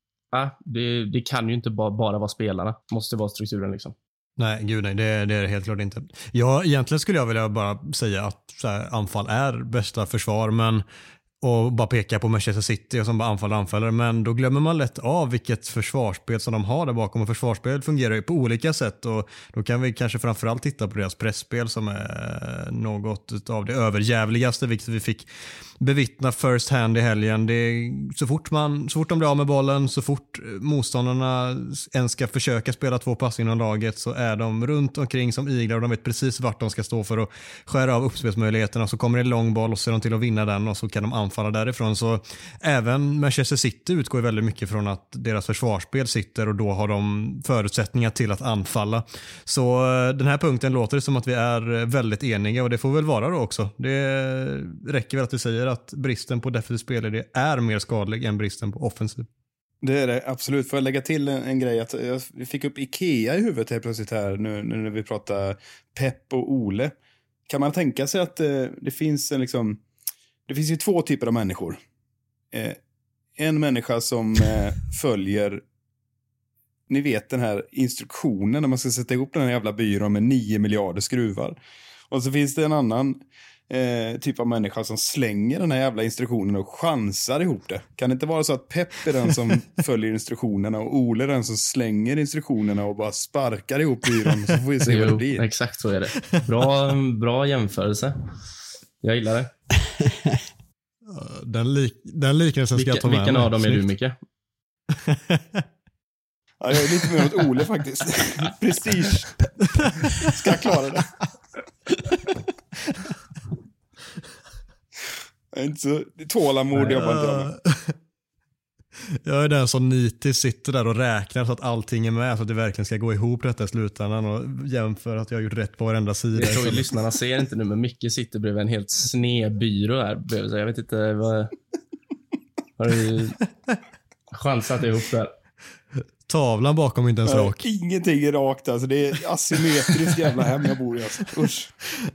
det kan ju inte bara vara spelarna. Det måste vara strukturen liksom. Nej, gud nej, det är det helt klart inte. Ja, egentligen skulle jag vilja bara säga att anfall är bästa försvar, men och bara peka på Manchester City och som bara anfaller, men då glömmer man lätt av vilket försvarsspel som de har där bakom, och försvarsspel fungerar ju på olika sätt, och då kan vi kanske framförallt titta på deras pressspel som är något av det överjävligaste, vilket vi fick bevittna first hand i helgen. Så fort de blir av med bollen, så fort motståndarna ens ska försöka spela 2 pass inom laget, så är de runt omkring som iglar och de vet precis vart de ska stå för att skära av uppspelsmöjligheterna. Så kommer det en lång boll och så ser de till att vinna den och så kan de anfalla därifrån. Så även Manchester City utgår väldigt mycket från att deras försvarsspel sitter, och då har de förutsättningar till att anfalla. Så den här punkten låter det som att vi är väldigt eniga, och det får väl vara då också. Det räcker väl att vi säger att bristen på defensiv spelare är mer skadlig än bristen på offensiv. Det är det, absolut. Får jag lägga till en grej? Att jag fick upp Ikea i huvudet helt plötsligt här nu när vi pratar Pep och Ole. Kan man tänka sig att det finns det finns ju 2 typer av människor. En människa som följer, ni vet den här instruktionen när man ska sätta ihop den här jävla byrån med 9 miljarder skruvar. Och så finns det en annan typ av människa som slänger den här jävla instruktionen och chansar ihop det. Kan det inte vara så att Pep är den som följer instruktionerna och Ole är den som slänger instruktionerna och bara sparkar ihop byrån, så får vi se vad det blir. Exakt så är det. Bra jämförelse. Jag gillar det. Den liknelsen ska jag ta med. Vilken av dem är du, Micke? Ja, jag är lite mer åt Ole faktiskt. Prestige. Ska jag klara det? Inte så tålamod jag bara inte med. Jag är den som nitiskt sitter där och räknar så att allting är med, så att det verkligen ska gå ihop detta i slutändan, och jämför att jag har gjort rätt på varenda sida. Jag tror att lyssnarna ser inte nu, men Micke sitter bredvid en helt sned byrå här bredvid, så jag vet inte vad har du chansat ihop där. Tavlan bakom inte ens rak. Ingenting är rakt, alltså det är asymmetriskt jävla hem jag bor i, alltså. Usch.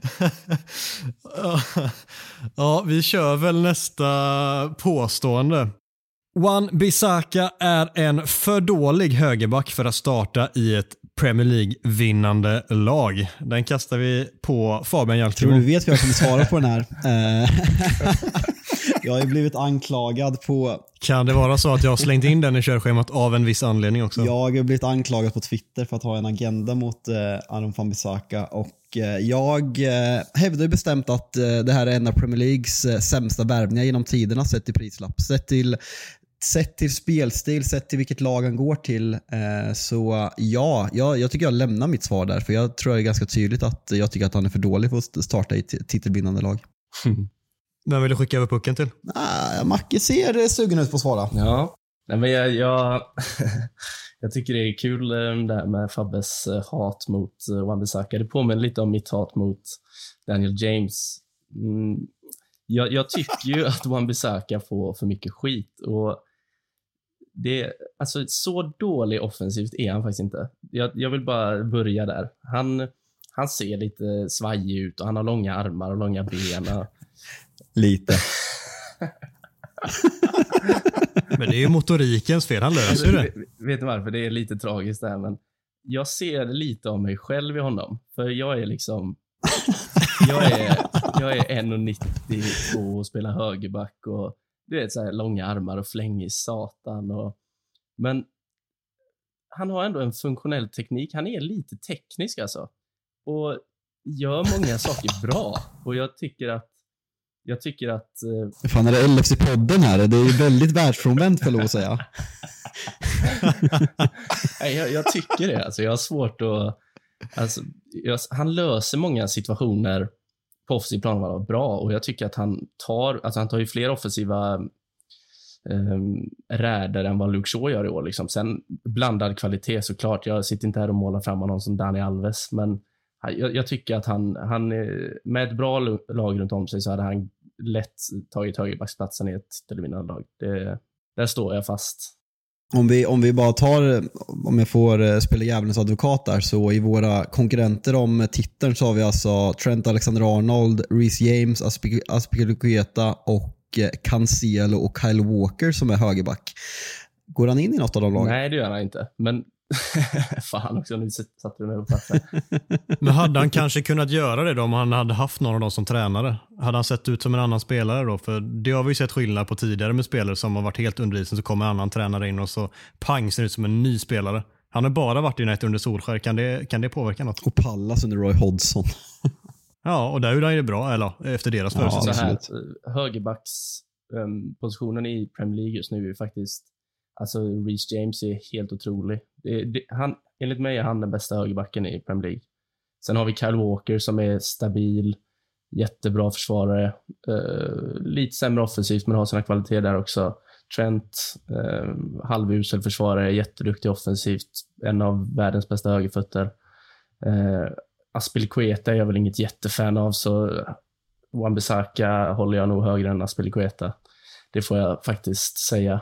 Ja, vi kör väl nästa påstående. Wan-Bissaka är en för dålig högerback för att starta i ett Premier League-vinnande lag. Den kastar vi på Fabian Jalkemo. Tror du vet vad jag kommer svara på den här? Jag har ju blivit anklagad på... Kan det vara så att jag har slängt in den i körschemat av en viss anledning också? Jag har blivit anklagad på Twitter för att ha en agenda mot Aaron Wan-Bissaka och jag hävdar bestämt att det här är en av Premier Leagues sämsta värvningar genom tiderna sett till prislapp. Sett till spelstil, sett till vilket lag han går till. Så ja, jag tycker jag lämnar mitt svar där. För jag tror det är ganska tydligt att jag tycker att han är för dålig för att starta i titelvinnande lag. Vem vill du skicka över pucken till? Macke ser sugen ut på att svara. Ja, nej, men jag tycker det är kul det här med Fabbes hat mot Wan-Bissaka. Det påminner lite om mitt hat mot Daniel James. Jag tycker ju att Wan-Bissaka får för mycket skit och det, alltså så dålig offensivt är han faktiskt inte. Jag vill bara börja där. Han ser lite svajig ut och han har långa armar och långa ben. Lite. Men det är ju motorikens fel, han löser ju det. Vet du varför? Det är lite tragiskt det här, men jag ser lite av mig själv i honom. För jag är liksom... Jag är 1,92 och spelar högerback och du vet så här långa armar och flängig satan men han har ändå en funktionell teknik. Han är lite teknisk alltså och gör många saker bra och jag tycker att fan är det LFC-podden här? Det är ju väldigt världsfrånvänt för lov att säga. jag tycker det alltså. Jag har svårt att han löser många situationer på offensiv plan var bra och jag tycker att han tar ju fler offensiva räder än vad Luke Shaw gör i år liksom. Sen blandad kvalitet såklart. Jag sitter inte här och målar fram någon som Dani Alves, men jag tycker att han med ett bra lag runt om sig så hade han lätt tagit högerbacksplatsen i ett titelvinnande lag. Där står jag fast. Om vi bara om jag får spela djävulens advokat där, så i våra konkurrenter om titeln så har vi alltså Trent Alexander-Arnold, Reece James, Azpilicueta och Cancelo och Kyle Walker som är högerback. Går han in i något av de lagen? Nej, det gör han inte. Men fan också, nu satte du mig på platsen. Men hade han kanske kunnat göra det då om han hade haft någon av dem som tränare? Hade han sett ut som en annan spelare då? För det har vi ju sett skillnad på tidigare med spelare som har varit helt under isen, så kommer en annan tränare in och så pang ser ut som en ny spelare. Han har bara varit i United under Solskär. Kan det påverka något? Och Pallas under Roy Hodgson. Ja, och där är det bra, eller efter deras förutsättningar. Så här, högerbacks-positionen i Premier League just nu är ju faktiskt, alltså Reece James är helt otrolig. Enligt mig är han den bästa högerbacken i Premier League. Sen har vi Kyle Walker som är stabil, jättebra försvarare, lite sämre offensivt men har sina kvaliteter där också. Trent, halvusel försvarare, jätteduktig offensivt, en av världens bästa högerfötter. Azpilicueta är jag väl inget jättefan av, så Wan-Bissaka håller jag nog högre än Azpilicueta. Det får jag faktiskt säga.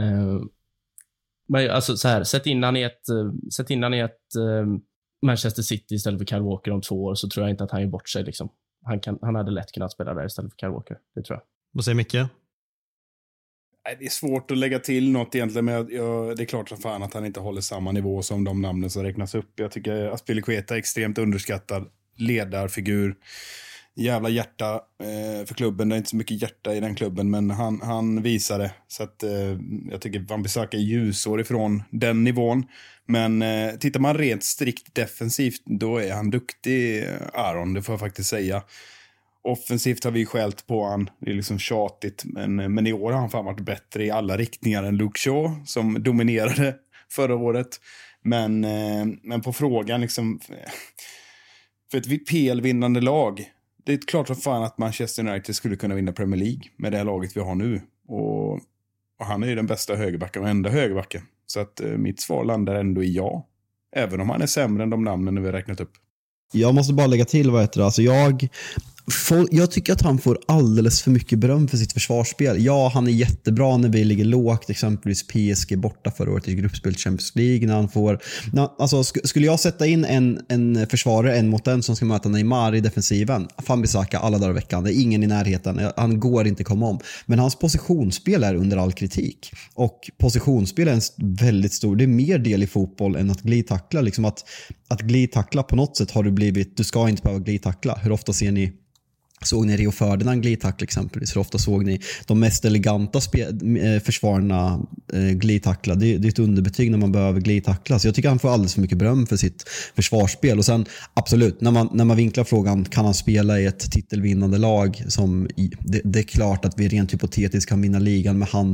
Men alltså så här, sätt in han i ett Manchester City istället för Kyle Walker om 2 år, så tror jag inte att han gör bort sig liksom. Han hade lätt kunnat spela där istället för Kyle Walker, det tror jag. Vad säger Micke? Det är svårt att lägga till något egentligen, men det är klart som fan att han inte håller samma nivå som de namnen som räknas upp. Jag tycker att Azpilicueta är extremt underskattad ledarfigur. Jävla hjärta för klubben. Det är inte så mycket hjärta i den klubben, men han visar det. Så att jag tycker Wan-Bissaka är ljusår ifrån den nivån. Men tittar man rent strikt defensivt, då är han duktig, Aaron, det får jag faktiskt säga. Offensivt har vi skällt på han. Det är liksom tjatigt. Men i år har han fan varit bättre i alla riktningar än Luke Shaw som dominerade förra året. Men på frågan liksom, för ett PL-vinnande lag, det är klart som fan att Manchester United skulle kunna vinna Premier League med det här laget vi har nu. Och han är ju den bästa högerbacken och enda högerbacken. Så att mitt svar landar ändå i ja. Även om han är sämre än de namnen vi har räknat upp. Jag måste bara lägga till vad heter det. Alltså jag tycker att han får alldeles för mycket beröm för sitt försvarsspel. Ja, han är jättebra när vi ligger lågt, exempelvis PSG borta förra året i gruppspel Champions League. Alltså, skulle jag sätta in en försvarare en mot en som ska möta Neymar i defensiven, Wan-Bissaka alla dagar i veckan, det är ingen i närheten, han går inte komma om. Men hans positionsspel är under all kritik. Och positionsspel är en väldigt stor, det är mer del i fotboll än att glidtackla. Liksom att glidtackla på något sätt har det blivit, du ska inte behöva glidtackla. Hur ofta ser ni Såg ni Rio Ferdinand glidtackla exempelvis? Hur ofta såg ni de mest eleganta försvararna glidtackla? Det är ett underbetyg när man behöver glidtackla. Så jag tycker han får alldeles för mycket beröm för sitt försvarsspel. Och sen absolut, när man vinklar frågan, kan han spela i ett titelvinnande lag? Det är klart att vi rent hypotetiskt kan vinna ligan med han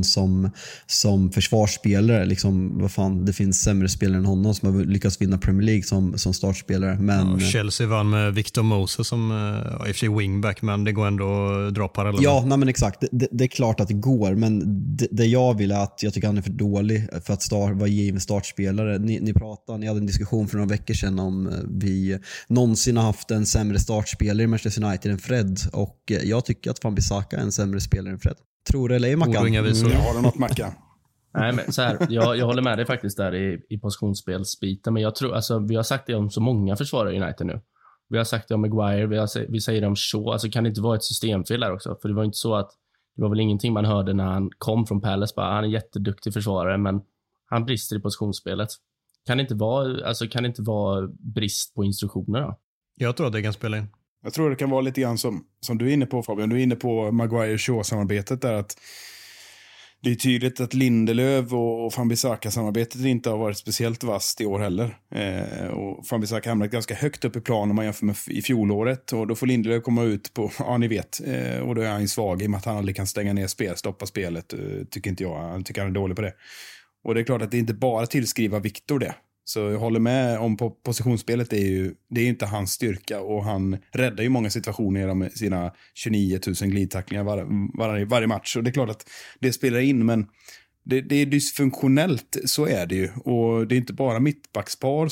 som försvarsspelare. Liksom, vad fan, det finns sämre spelare än honom som har lyckats vinna Premier League som startspelare. Men Chelsea vann med Victor Moses som i och för sig wingback, men det går ändå att dra paralleller. Ja, nej men exakt. Det är klart att det går, men det jag vill är att jag tycker han är för dålig för att vara given startspelare. Ni hade en diskussion för några veckor sedan om vi någonsin har haft en sämre startspelare i Manchester United än Fred, och jag tycker att Van Bissaka är en sämre spelare än Fred. Tror det eller ej, Mackan? Jag har det något, Mackan. Nej, men så här, jag håller med dig faktiskt där i positionsspelsbiten, men jag tror, alltså, vi har sagt det om så många försvarare i United nu. Vi har sagt det om Maguire, vi säger det om Shaw. Alltså kan det inte vara ett systemfel där också? För det var inte så att det var väl ingenting man hörde när han kom från Palace. Bara, han är jätteduktig försvarare, men han brister i positionsspelet. Kan det inte vara brist på instruktioner då? Jag tror att det kan spela in. Jag tror det kan vara lite grann som du är inne på, Fabian. Du är inne på Maguire-Shaw-samarbetet där, att det är tydligt att Lindelöf och Van Bissaka-samarbetet inte har varit speciellt vasst i år heller. Och Van Bissaka hamnat ganska högt upp i plan om man jämför med i fjolåret. Och då får Lindelöf komma ut på, ja ni vet, och då är han svag i och med att han aldrig kan stänga ner stoppa spelet, tycker inte jag. Han tycker han är dålig på det. Och det är klart att det inte bara tillskriva Victor det. Så jag håller med om på positionsspelet, det är inte hans styrka, och han räddar ju många situationer med sina 29 000 glidtacklingar varje match. Och det är klart att det spelar in, men det är dysfunktionellt, så är det ju. Och det är inte bara mittbackspar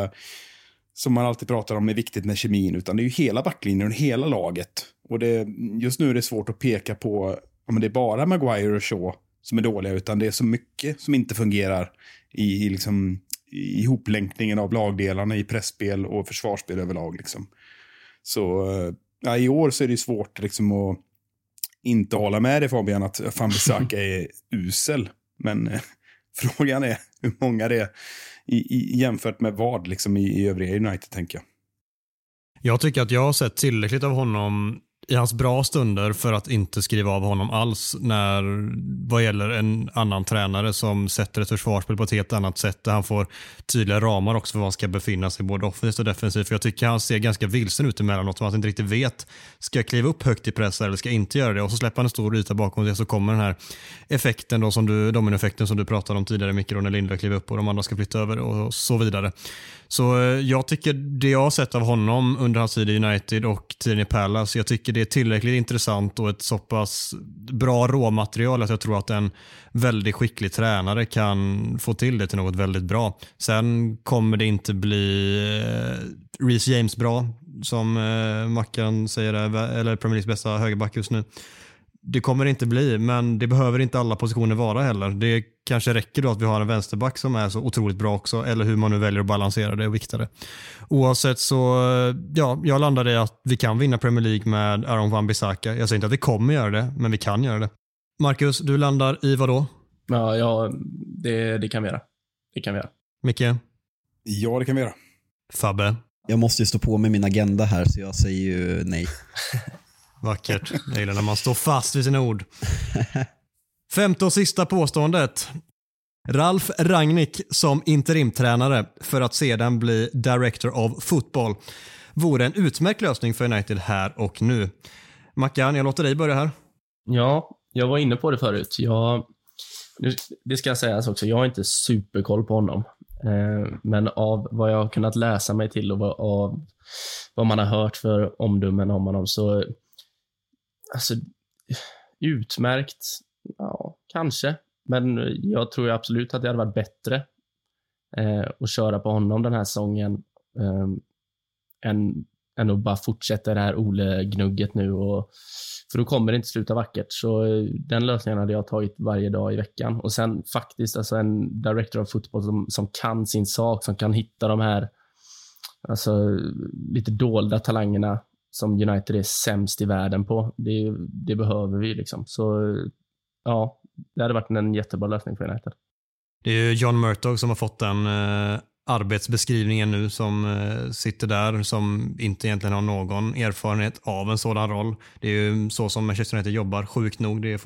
som man alltid pratar om är viktigt med kemin, utan det är ju hela backlinjen och hela laget. Och just nu är det svårt att peka på om det är bara Maguire och Shaw som är dåliga, utan det är så mycket som inte fungerar i liksom ihoplänkningen av lagdelarna i pressspel och försvarsspel överlag liksom. Så i år så är det svårt liksom att inte hålla med dig, Fabian, att Van Bissaka är usel, men frågan är hur många det är jämfört med vad liksom i övriga United, tänker jag. Jag tycker att jag har sett tillräckligt av honom i hans bra stunder för att inte skriva av honom alls vad gäller en annan tränare som sätter ett försvarsspel på ett helt annat sätt, där han får tydliga ramar också för var han ska befinna sig både offensivt och defensivt. För jag tycker han ser ganska vilsen ut emellanåt, som att han inte riktigt vet, ska jag kliva upp högt i press eller ska jag inte göra det, och så släpper han en stor yta bakom det, så kommer den här effekten då, dominoeffekten som du pratade om tidigare, Micke, när Lindelöf kliver upp och de andra ska flytta över och så vidare. Så jag tycker det jag har sett av honom under hans tid i United och tiden i Palace, jag tycker det är tillräckligt intressant och ett så pass bra råmaterial att jag tror att en väldigt skicklig tränare kan få till det till något väldigt bra. Sen kommer det inte bli Reece James bra, som Mackan säger, eller Premier Leagues bästa högerback just nu. Det kommer det inte bli, men det behöver inte alla positioner vara heller. Det kanske räcker då att vi har en vänsterback som är så otroligt bra också, eller hur man nu väljer att balansera det och vikta det. Oavsett så, ja, jag landade i att vi kan vinna Premier League med Aaron Van Bissaka. Jag säger inte att vi kommer göra det, men vi kan göra det. Marcus, du landar i vad då? Ja, det kan vi göra. Det kan vi göra. Micke? Ja, det kan vi göra. Fabbe? Jag måste ju stå på med min agenda här, så jag säger ju nej. Vackert. Jag gillar när man står fast vid sina ord. Femte och sista påståendet. Ralf Rangnick som interimtränare för att sedan bli director of football vore en utmärkt lösning för United här och nu. Mackan, jag låter dig börja här. Ja, jag var inne på det förut. Det ska sägas också, jag har inte superkoll på honom. Men av vad jag har kunnat läsa mig till och av vad man har hört för omdömen om honom, så alltså, utmärkt, ja, kanske. Men jag tror absolut att det hade varit bättre att köra på honom den här säsongen än att bara fortsätta det här Ole-gnugget nu. För då kommer det inte sluta vackert. Så den lösningen hade jag tagit varje dag i veckan. Och sen faktiskt alltså en director of football som kan sin sak, som kan hitta de här alltså, lite dolda talangerna som United är sämst i världen på. Det behöver vi liksom. Så ja, det hade varit en jättebra lösning för United. Det är ju John Murtough som har fått den arbetsbeskrivningen nu som sitter där, som inte egentligen har någon erfarenhet av en sådan roll. Det är ju så som Manchester United jobbar, sjukt nog. Det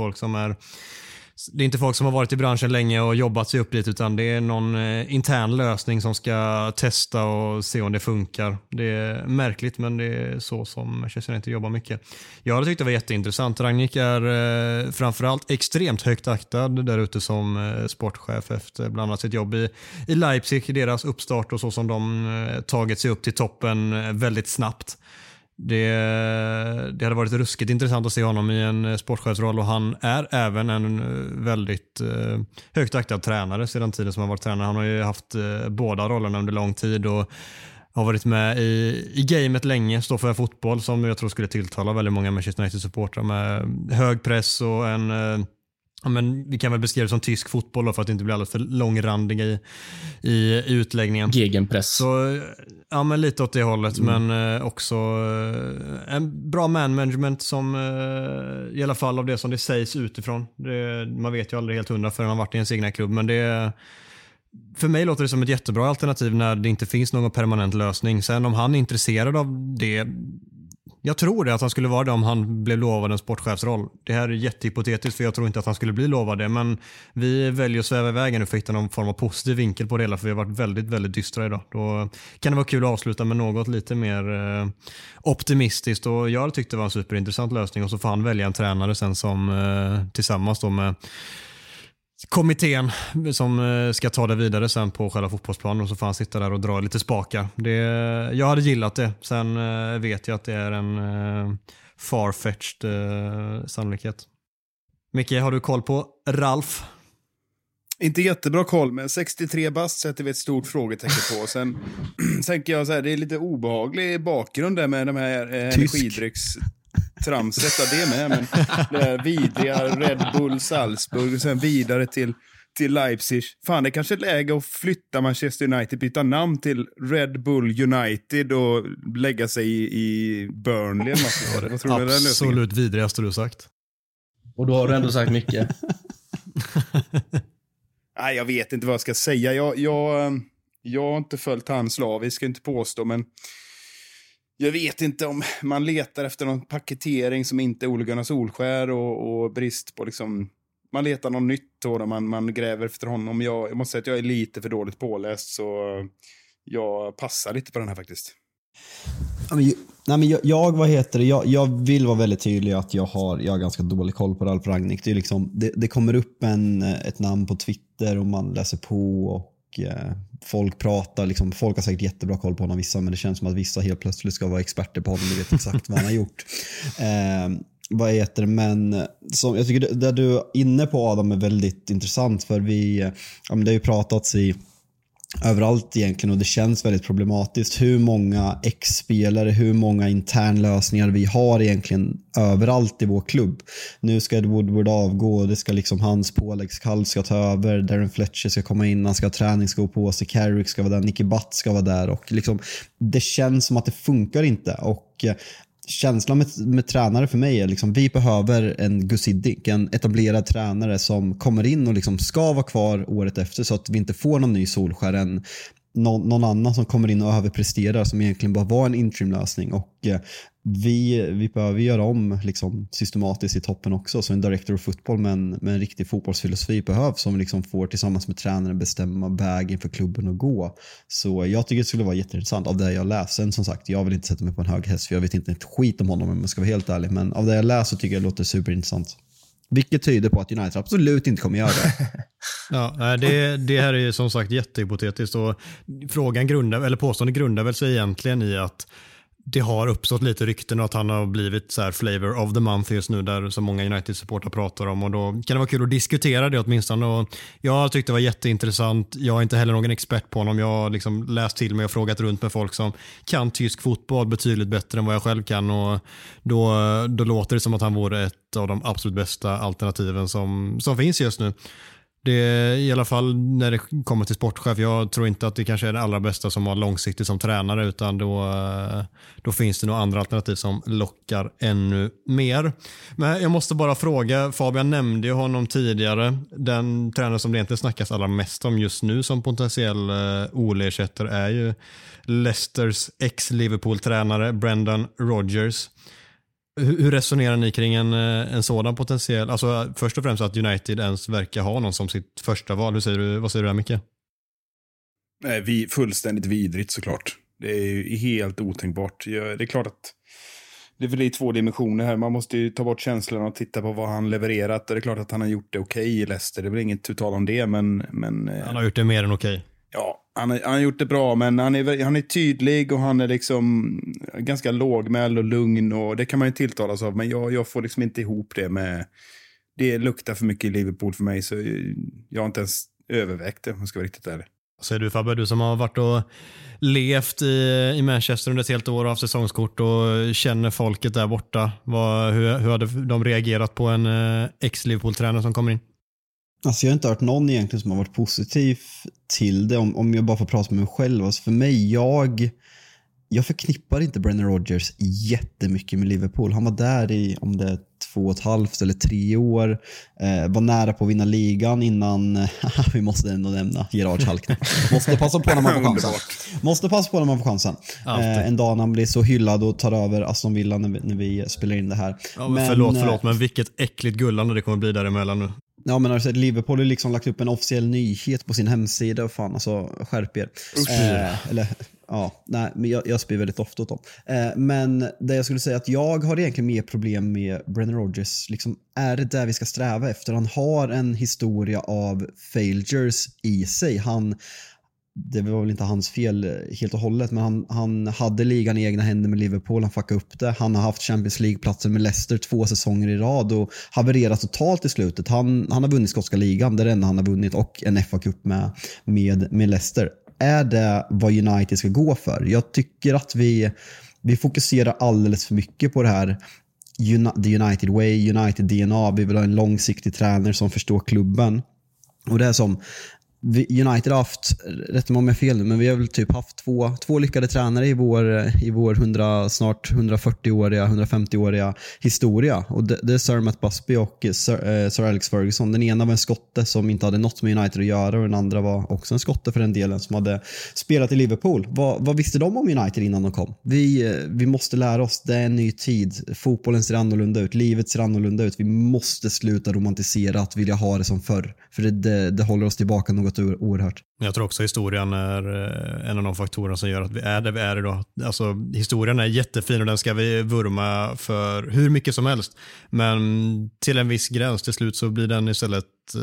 är inte folk som har varit i branschen länge och jobbat sig upp dit, utan det är någon intern lösning som ska testa och se om det funkar. Det är märkligt, men det är så som Manchester United jobbar mycket. Jag hade tyckt det var jätteintressant. Rangnick är framförallt extremt högt aktad där ute som sportchef efter bland annat sitt jobb i Leipzig, deras uppstart och så som de tagit sig upp till toppen väldigt snabbt. Det hade varit ruskigt intressant att se honom i en sportchefsroll, och han är även en väldigt högt aktad tränare sedan tiden som han varit tränare. Han har ju haft båda rollerna under lång tid och har varit med i gamet länge, står för fotboll som jag tror skulle tilltala väldigt många Manchester United-supportrar med hög press och men vi kan väl beskriva det som tysk fotboll då, för att inte bli alldeles för långrandiga i utläggningen. Gegenpress. Så ja, men lite åt det hållet, men också en bra management som i alla fall av det som det sägs utifrån. Man vet ju aldrig helt 100 förrän man varit i en egna klubb, men för mig låter det som ett jättebra alternativ när det inte finns någon permanent lösning. Sen om han är intresserad av det, jag tror det att han skulle vara det om han blev lovad en sportchefsroll. Det här är jättehypotetiskt, för jag tror inte att han skulle bli lovad det, men vi väljer att sväva iväg nu för att hitta någon form av positiv vinkel på det hela, för vi har varit väldigt, väldigt dystra idag. Då kan det vara kul att avsluta med något lite mer optimistiskt, och jag tyckte det var en superintressant lösning, och så får han välja en tränare sen som tillsammans då med kommittén som ska ta det vidare sen på själva fotbollsplanen, och så får han sitta där och dra lite spakar. Jag hade gillat det. Sen vet jag att det är en farfetched sannolikhet. Micke, har du koll på Ralf? Inte jättebra koll, men 63 bast sätter vi ett stort frågetecken på. Sen tänker jag så här, det är lite obehaglig bakgrund där med de här energidryckstramset. Ja, det med, men det är vidriga Red Bull Salzburg och sen vidare till Leipzig. Fan, det är kanske är läge att flytta Manchester United, byta namn till Red Bull United och lägga sig i Burnley. Vad tror du? Absolut vidrigaste du sagt. Och då har du ändå sagt mycket. Nej, jag vet inte vad jag ska säga. Jag har inte följt hans lag, vi ska inte påstå, men jag vet inte om man letar efter någon paketering som inte är Ole Gunnar Solskjær och brist på liksom, man letar något nytt då, man gräver efter honom. Jag måste säga att jag är lite för dåligt påläst, så jag passar lite på den här faktiskt. Jag vill vara väldigt tydlig att jag har ganska dålig koll på Ralf Rangnick. Det är liksom, det kommer upp ett namn på Twitter och man läser på och folk pratar, liksom, folk har säkert jättebra koll på honom, vissa, men det känns som att vissa helt plötsligt ska vara experter på honom och vet exakt vad han har gjort. Men som jag tycker det du är inne på, Adam, är väldigt intressant, för det har ju pratats överallt egentligen, och det känns väldigt problematiskt hur många ex-spelare, hur många internlösningar vi har egentligen överallt i vår klubb. Nu ska Ed Woodward avgå, det ska liksom hans påläggskalv ska ta över, Darren Fletcher ska komma in, han ska ha träningsskor på sig, Carrick ska vara där, Nicky Butt ska vara där, och liksom, det känns som att det funkar inte. Och känslan med tränare för mig är liksom, vi behöver en Gus Hiddink, en etablerad tränare som kommer in och liksom ska vara kvar året efter, så att vi inte får någon ny Solskjær, någon annan som kommer in och överpresterar, som egentligen bara var en interimlösning. Och vi behöver göra om liksom systematiskt i toppen också, så en director of football med en riktig fotbollsfilosofi behövs, som liksom får tillsammans med tränaren bestämma vägen för klubben att gå. Så jag tycker det skulle vara jätteintressant av det jag läser. Sen som sagt, jag vill inte sätta mig på en hög häst, för jag vet inte ett skit om honom, om jag ska vara helt ärlig, men av det jag läser tycker jag det låter superintressant. Vilket tyder på att United absolut inte kommer göra det. Ja, det här är som sagt jättehypotetiskt, och påståendet grundar väl sig egentligen i att det har uppstått lite rykten och att han har blivit så här flavor of the month just nu, där så många United-supportrar pratar om, och då kan det vara kul att diskutera det åtminstone. Och jag tyckte det var jätteintressant. Jag är inte heller någon expert på honom. Jag har liksom läst till mig och frågat runt med folk som kan tysk fotboll betydligt bättre än vad jag själv kan, och då låter det som att han vore ett av de absolut bästa alternativen som finns just nu. Det är i alla fall när det kommer till sportchef. Jag tror inte att det kanske är det allra bästa som har långsiktigt som tränare, utan då finns det nog andra alternativ som lockar ännu mer. Men jag måste bara fråga, Fabian nämnde ju honom tidigare. Den tränare som det egentligen snackas allra mest om just nu som potentiell Ole-ersättare är ju Leicesters ex-Liverpool-tränare Brendan Rodgers. Hur resonerar ni kring en sådan potentiell, alltså först och främst att United ens verkar ha någon som sitt första val? Vad säger du där, Micke? Nej, fullständigt vidrigt såklart. Det är ju helt otänkbart. Det är klart att det är väl i 2 dimensioner här. Man måste ju ta bort känslorna och titta på vad han levererat. Och det är klart att han har gjort det okej i Leicester. Det är väl inget uttal om det, men han har gjort det mer än okej. Ja, han har gjort det bra, men han är tydlig och han är liksom ganska lågmäld och lugn, och det kan man ju tilltalas av, men jag får liksom inte ihop det med, det luktar för mycket i Liverpool för mig, så jag har inte ens övervägt det, om jag ska vara riktigt ärlig. Vad säger du, Fabbe, du som har varit och levt i Manchester under ett helt år och haft säsongskort och känner folket där borta, hur hade de reagerat på en ex-Liverpool-tränare som kommer in? Alltså jag har inte hört någon egentligen som har varit positiv till det, om jag bara får prata med mig själv. Alltså för mig, jag förknippar inte Brendan Rodgers jättemycket med Liverpool. Han var där i, om det är 2,5 eller 3 år, var nära på att vinna ligan innan, vi måste ändå nämna Gerard Schalke. Måste passa på när man får chansen. En dag när han blir så hyllad och tar över Aston Villa när vi spelar in det här. Ja, men förlåt, men vilket äckligt gullande det kommer bli däremellan nu. Ja, men alltså, Liverpool har liksom lagt upp en officiell nyhet på sin hemsida, och fan, alltså skärp er. Men jag spyr väldigt ofta åt dem. Men det jag skulle säga att jag har egentligen mer problem med Brendan Rodgers. Liksom, är det där vi ska sträva efter? Han har en historia av failures i sig. Det var väl inte hans fel helt och hållet, men han hade ligan i egna händer med Liverpool, han fuckade upp det. Han har haft Champions League-platsen med Leicester 2 säsonger i rad och havererat totalt i slutet. Han har vunnit skotska ligan, det är det enda han har vunnit, och en FA-cup med Leicester. Är det vad United ska gå för? Jag tycker att vi fokuserar alldeles för mycket på det här The United Way, United DNA. Vi vill ha en långsiktig tränare som förstår klubben. Och det är som United har haft, rätt om jag är fel, men vi har väl typ haft två lyckade tränare i vår snart 140-åriga, 150-åriga historia, och det är Sir Matt Busby och Sir Alex Ferguson. Den ena var en skotte som inte hade något med United att göra, och den andra var också en skotte för den delen som hade spelat i Liverpool. Vad visste de om United innan de kom? Vi måste lära oss, det är en ny tid, fotbollen ser annorlunda ut, livet ser annorlunda ut, vi måste sluta romantisera att vilja ha det som förr, för det håller oss tillbaka något oerhört. Jag tror också historien är en av de faktorerna som gör att vi är där vi är idag. Alltså, historien är jättefin och den ska vi vurma för hur mycket som helst. Men till en viss gräns, till slut så blir den istället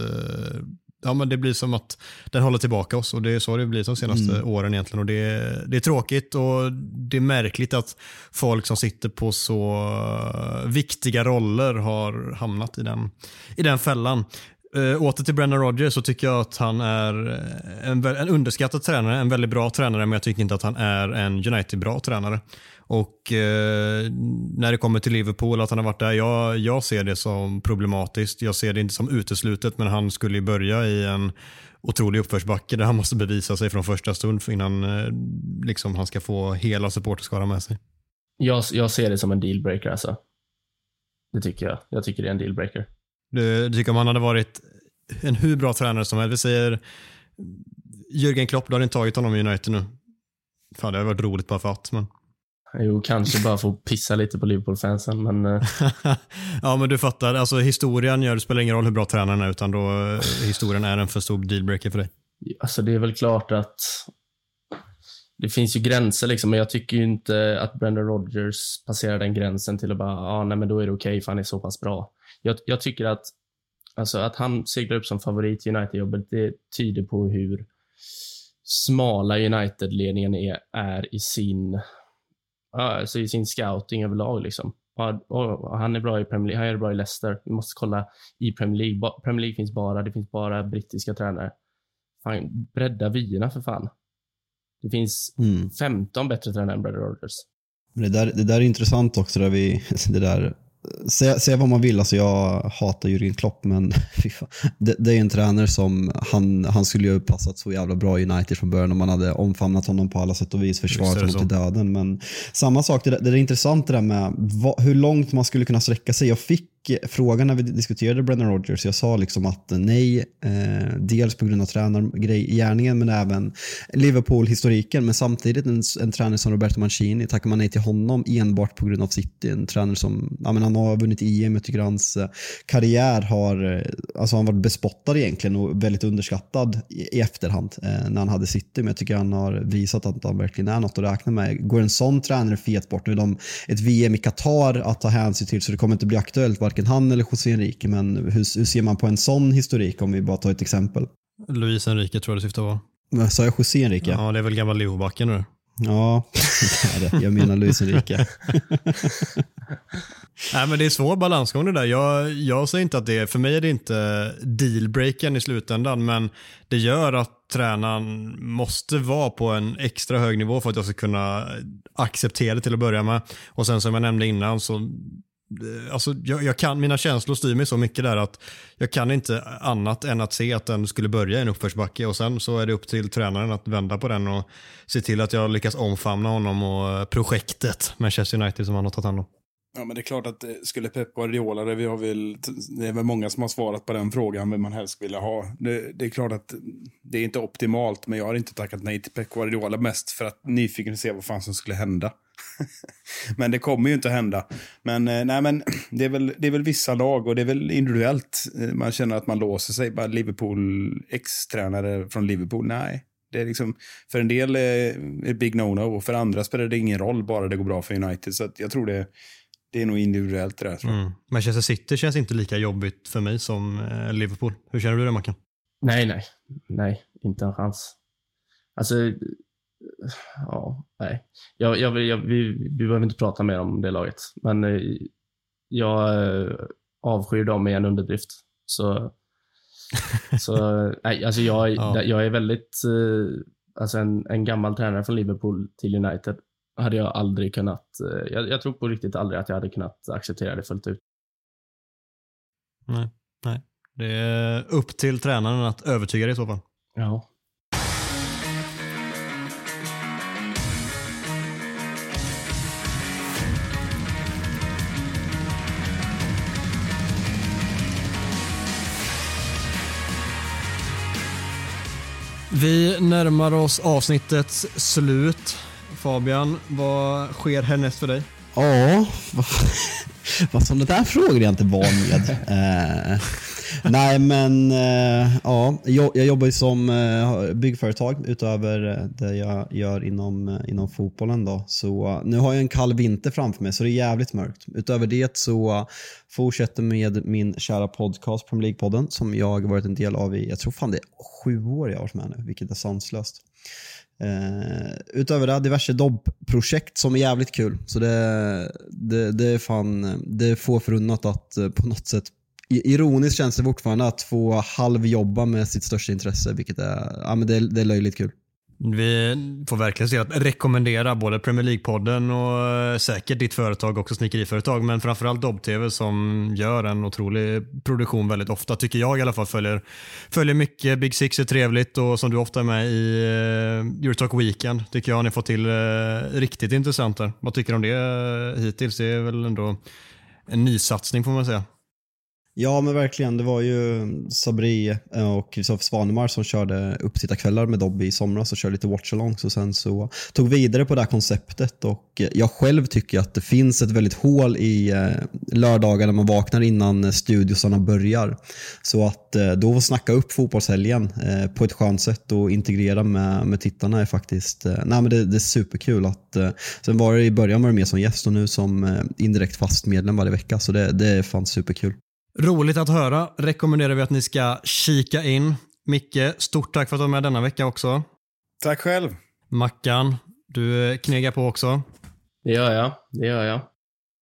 men det blir som att den håller tillbaka oss, och det är så det blir de senaste åren egentligen, och det är tråkigt, och det är märkligt att folk som sitter på så viktiga roller har hamnat i den fällan. Åter till Brendan Rodgers, så tycker jag att han är en underskattad tränare, en väldigt bra tränare, men jag tycker inte att han är en United-bra tränare. Och när det kommer till Liverpool, att han har varit där, jag ser det som problematiskt. Jag ser det inte som uteslutet, men han skulle börja i en otrolig uppförsbacke där han måste bevisa sig från första stund innan liksom han ska få hela supporterskaran med sig. Jag ser det som en dealbreaker, alltså. Det tycker jag. Jag tycker det är en dealbreaker. Du tycker om han hade varit en hur bra tränare som helst. Vi säger Jürgen Klopp, du har inte tagit honom i United nu. Fan, det har varit roligt bara för att, men... Jo, kanske bara få pissa lite på Liverpool-fansen, men... Ja, men du fattar. Alltså, historien det spelar ingen roll hur bra tränaren är, utan då historien är en för stor dealbreaker för dig. Alltså, det är väl klart att det finns ju gränser liksom, men jag tycker ju inte att Brendan Rodgers passerar den gränsen till att bara, nej men då är det okej för han är så pass bra. Jag tycker att alltså att han seglar upp som favorit i United-jobbet, det tyder på hur smala United-ledningen är i sin scouting överlag liksom. Och han är bra i Premier League, han är bra i Leicester. Vi måste kolla i Premier League. Premier League det finns bara brittiska tränare. Fan, bredda vyerna för fan. Det finns 15 bättre tränare än Brendan Rodgers. Det där är intressant också, det där säga vad man vill, alltså jag hatar Jürgen Klopp, men det är en tränare som han skulle ju passat så jävla bra i United från början om man hade omfamnat honom på alla sätt och vis, försvarat honom till döden. Men samma sak, det är intressant det där med hur långt man skulle kunna sträcka sig. Jag fick frågan när vi diskuterade Brendan Rodgers, jag sa liksom att nej, dels på grund av tränargärningen men även Liverpool-historiken, men samtidigt en tränare som Roberto Mancini, tackar man nej till honom enbart på grund av City, en tränare som, ja, men han har vunnit EM, jag tycker hans karriär har, alltså han varit bespottad egentligen och väldigt underskattad i efterhand när han hade City, men jag tycker han har visat att han verkligen är något att räkna med. Går en sån tränare fet bort, nu är de ett VM i Qatar att ta hänsyn till, så det kommer inte bli aktuellt varken han eller José Enrique, men hur ser man på en sån historik om vi bara tar ett exempel? Luis Enrique tror jag det syftar på. Men sa jag José Enrique? Ja, det är väl gammal Liverbacken nu. Ja, det är det. Jag menar Luis Enrique. Nej, men det är svår balansgång det där. Jag säger inte att det är, för mig är det inte dealbreakern i slutändan, men det gör att tränaren måste vara på en extra hög nivå för att jag ska kunna acceptera det till att börja med. Och sen som jag nämnde innan så alltså jag kan, mina känslor styr mig så mycket där att jag kan inte annat än att se att den skulle börja i en uppförsbacke, och sen så är det upp till tränaren att vända på den och se till att jag lyckas omfamna honom och projektet Manchester United som han har tagit hand om. Ja, men det är klart att skulle Pep Guardiola, det är väl många som har svarat på den frågan, vem man helst vill ha. Det är klart att det är inte optimalt, men jag har inte tackat nej till Pep Guardiola mest för att nyfiken att se vad fan som skulle hända. Men det kommer ju inte hända. Men nej, men det är väl vissa lag, och det är väl individuellt. Man känner att man låser sig. Bara Liverpool, ex-tränare från Liverpool, nej. Det är liksom, för en del är big no-no, och för andra spelar det ingen roll bara det går bra för United. Så att jag tror det är nog individuellt det där. Tror jag. Manchester City känns inte lika jobbigt för mig som Liverpool. Hur känner du det, Mackan? Nej, inte en chans. Alltså, ja, nej. Vi behöver inte prata mer om det laget, men jag avskyr dem i en underdrift. Så nej, alltså jag är väldigt, alltså en gammal tränare från Liverpool till United hade jag aldrig kunnat, jag tror på riktigt aldrig att jag hade kunnat acceptera det fullt ut. Nej. Det är upp till tränaren att övertyga dig i så fall. Ja. Vi närmar oss avsnittets slut. Fabian, vad sker härnäst för dig? Ja, vad sådana där frågor jag inte var med. Nej, men ja, jag jobbar ju som byggföretag utöver det jag gör inom fotbollen då. Så nu har jag en kall vinter framför mig, så det är jävligt mörkt. Utöver det så fortsätter med min kära podcast Premier League-podden som jag har varit en del av i, jag tror fan det är 7 år jag har varit med nu, vilket är sanslöst. Utöver det diverse dobb-projekt som är jävligt kul, så det är fan, det får förunnat att på något sätt, ironiskt känns det fortfarande att få halvjobba med sitt största intresse, vilket är, ja, men det är löjligt kul. Vi får verkligen se att rekommendera både Premier League-podden och säkert ditt företag, också snickeriföretag, men framförallt Dobb-TV som gör en otrolig produktion väldigt ofta, tycker jag i alla fall, följer mycket. Big Six är trevligt, och som du ofta är med i Eurotalk Weekend tycker jag ni får till riktigt intressant där. Vad tycker du om det hittills? Det är väl ändå en ny satsning får man säga. Ja, men verkligen. Det var ju Sabri och Kristoffer Svanemar som körde upptittarkvällar med Dobby i somras och körde lite watch-alongs, och sen så tog vidare på det här konceptet. Och jag själv tycker att det finns ett väldigt hål i lördagar när man vaknar innan studiosarna börjar. Så att då snacka upp fotbollshelgen på ett skönt sätt och integrera med tittarna är faktiskt, nej men det är superkul. Att sen var det i början var det mer som gäst och nu som indirekt fast medlem varje vecka, så det är fan superkul. Roligt att höra. Rekommenderar vi att ni ska kika in. Micke, stort tack för att du var med denna vecka också. Tack själv. Mackan, du knegar på också. Det gör jag.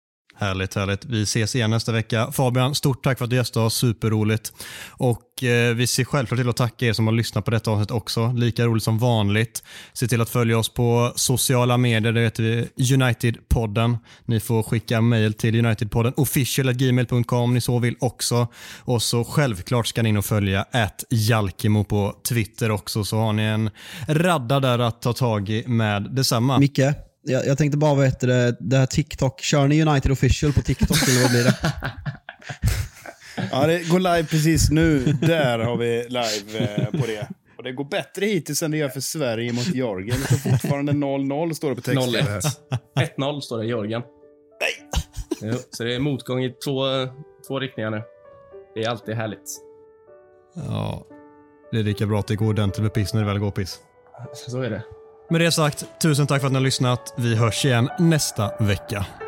Härligt. Vi ses igen nästa vecka. Fabian, stort tack för att du gästade oss. Superroligt. Och vi ser självklart till att tacka er som har lyssnat på detta avsnitt också. Lika roligt som vanligt. Se till att följa oss på sociala medier. Det heter vi United-podden. Ni får skicka mejl till United-podden official@gmail.com om ni så vill också. Och så självklart ska ni in och följa @Jalkemo på Twitter också. Så har ni en radda där att ta tag i med detsamma. Micke, jag tänkte bara, vad heter det här TikTok? Kör ni United Official på TikTok eller vad blir det? Ja, det går live precis nu. Där har vi live på det. Och det går bättre hittills än det gör för Sverige mot Georgien. Det står fortfarande 0-0 står det på texten. 1-0 står det i Georgien. Nej! Jo, så det är motgång i två riktningar nu. Det är alltid härligt. Ja, det är lika bra att det går ordentligt med piss när det väl går piss. Så är det. Med det sagt, tusen tack för att ni har lyssnat. Vi hörs igen nästa vecka.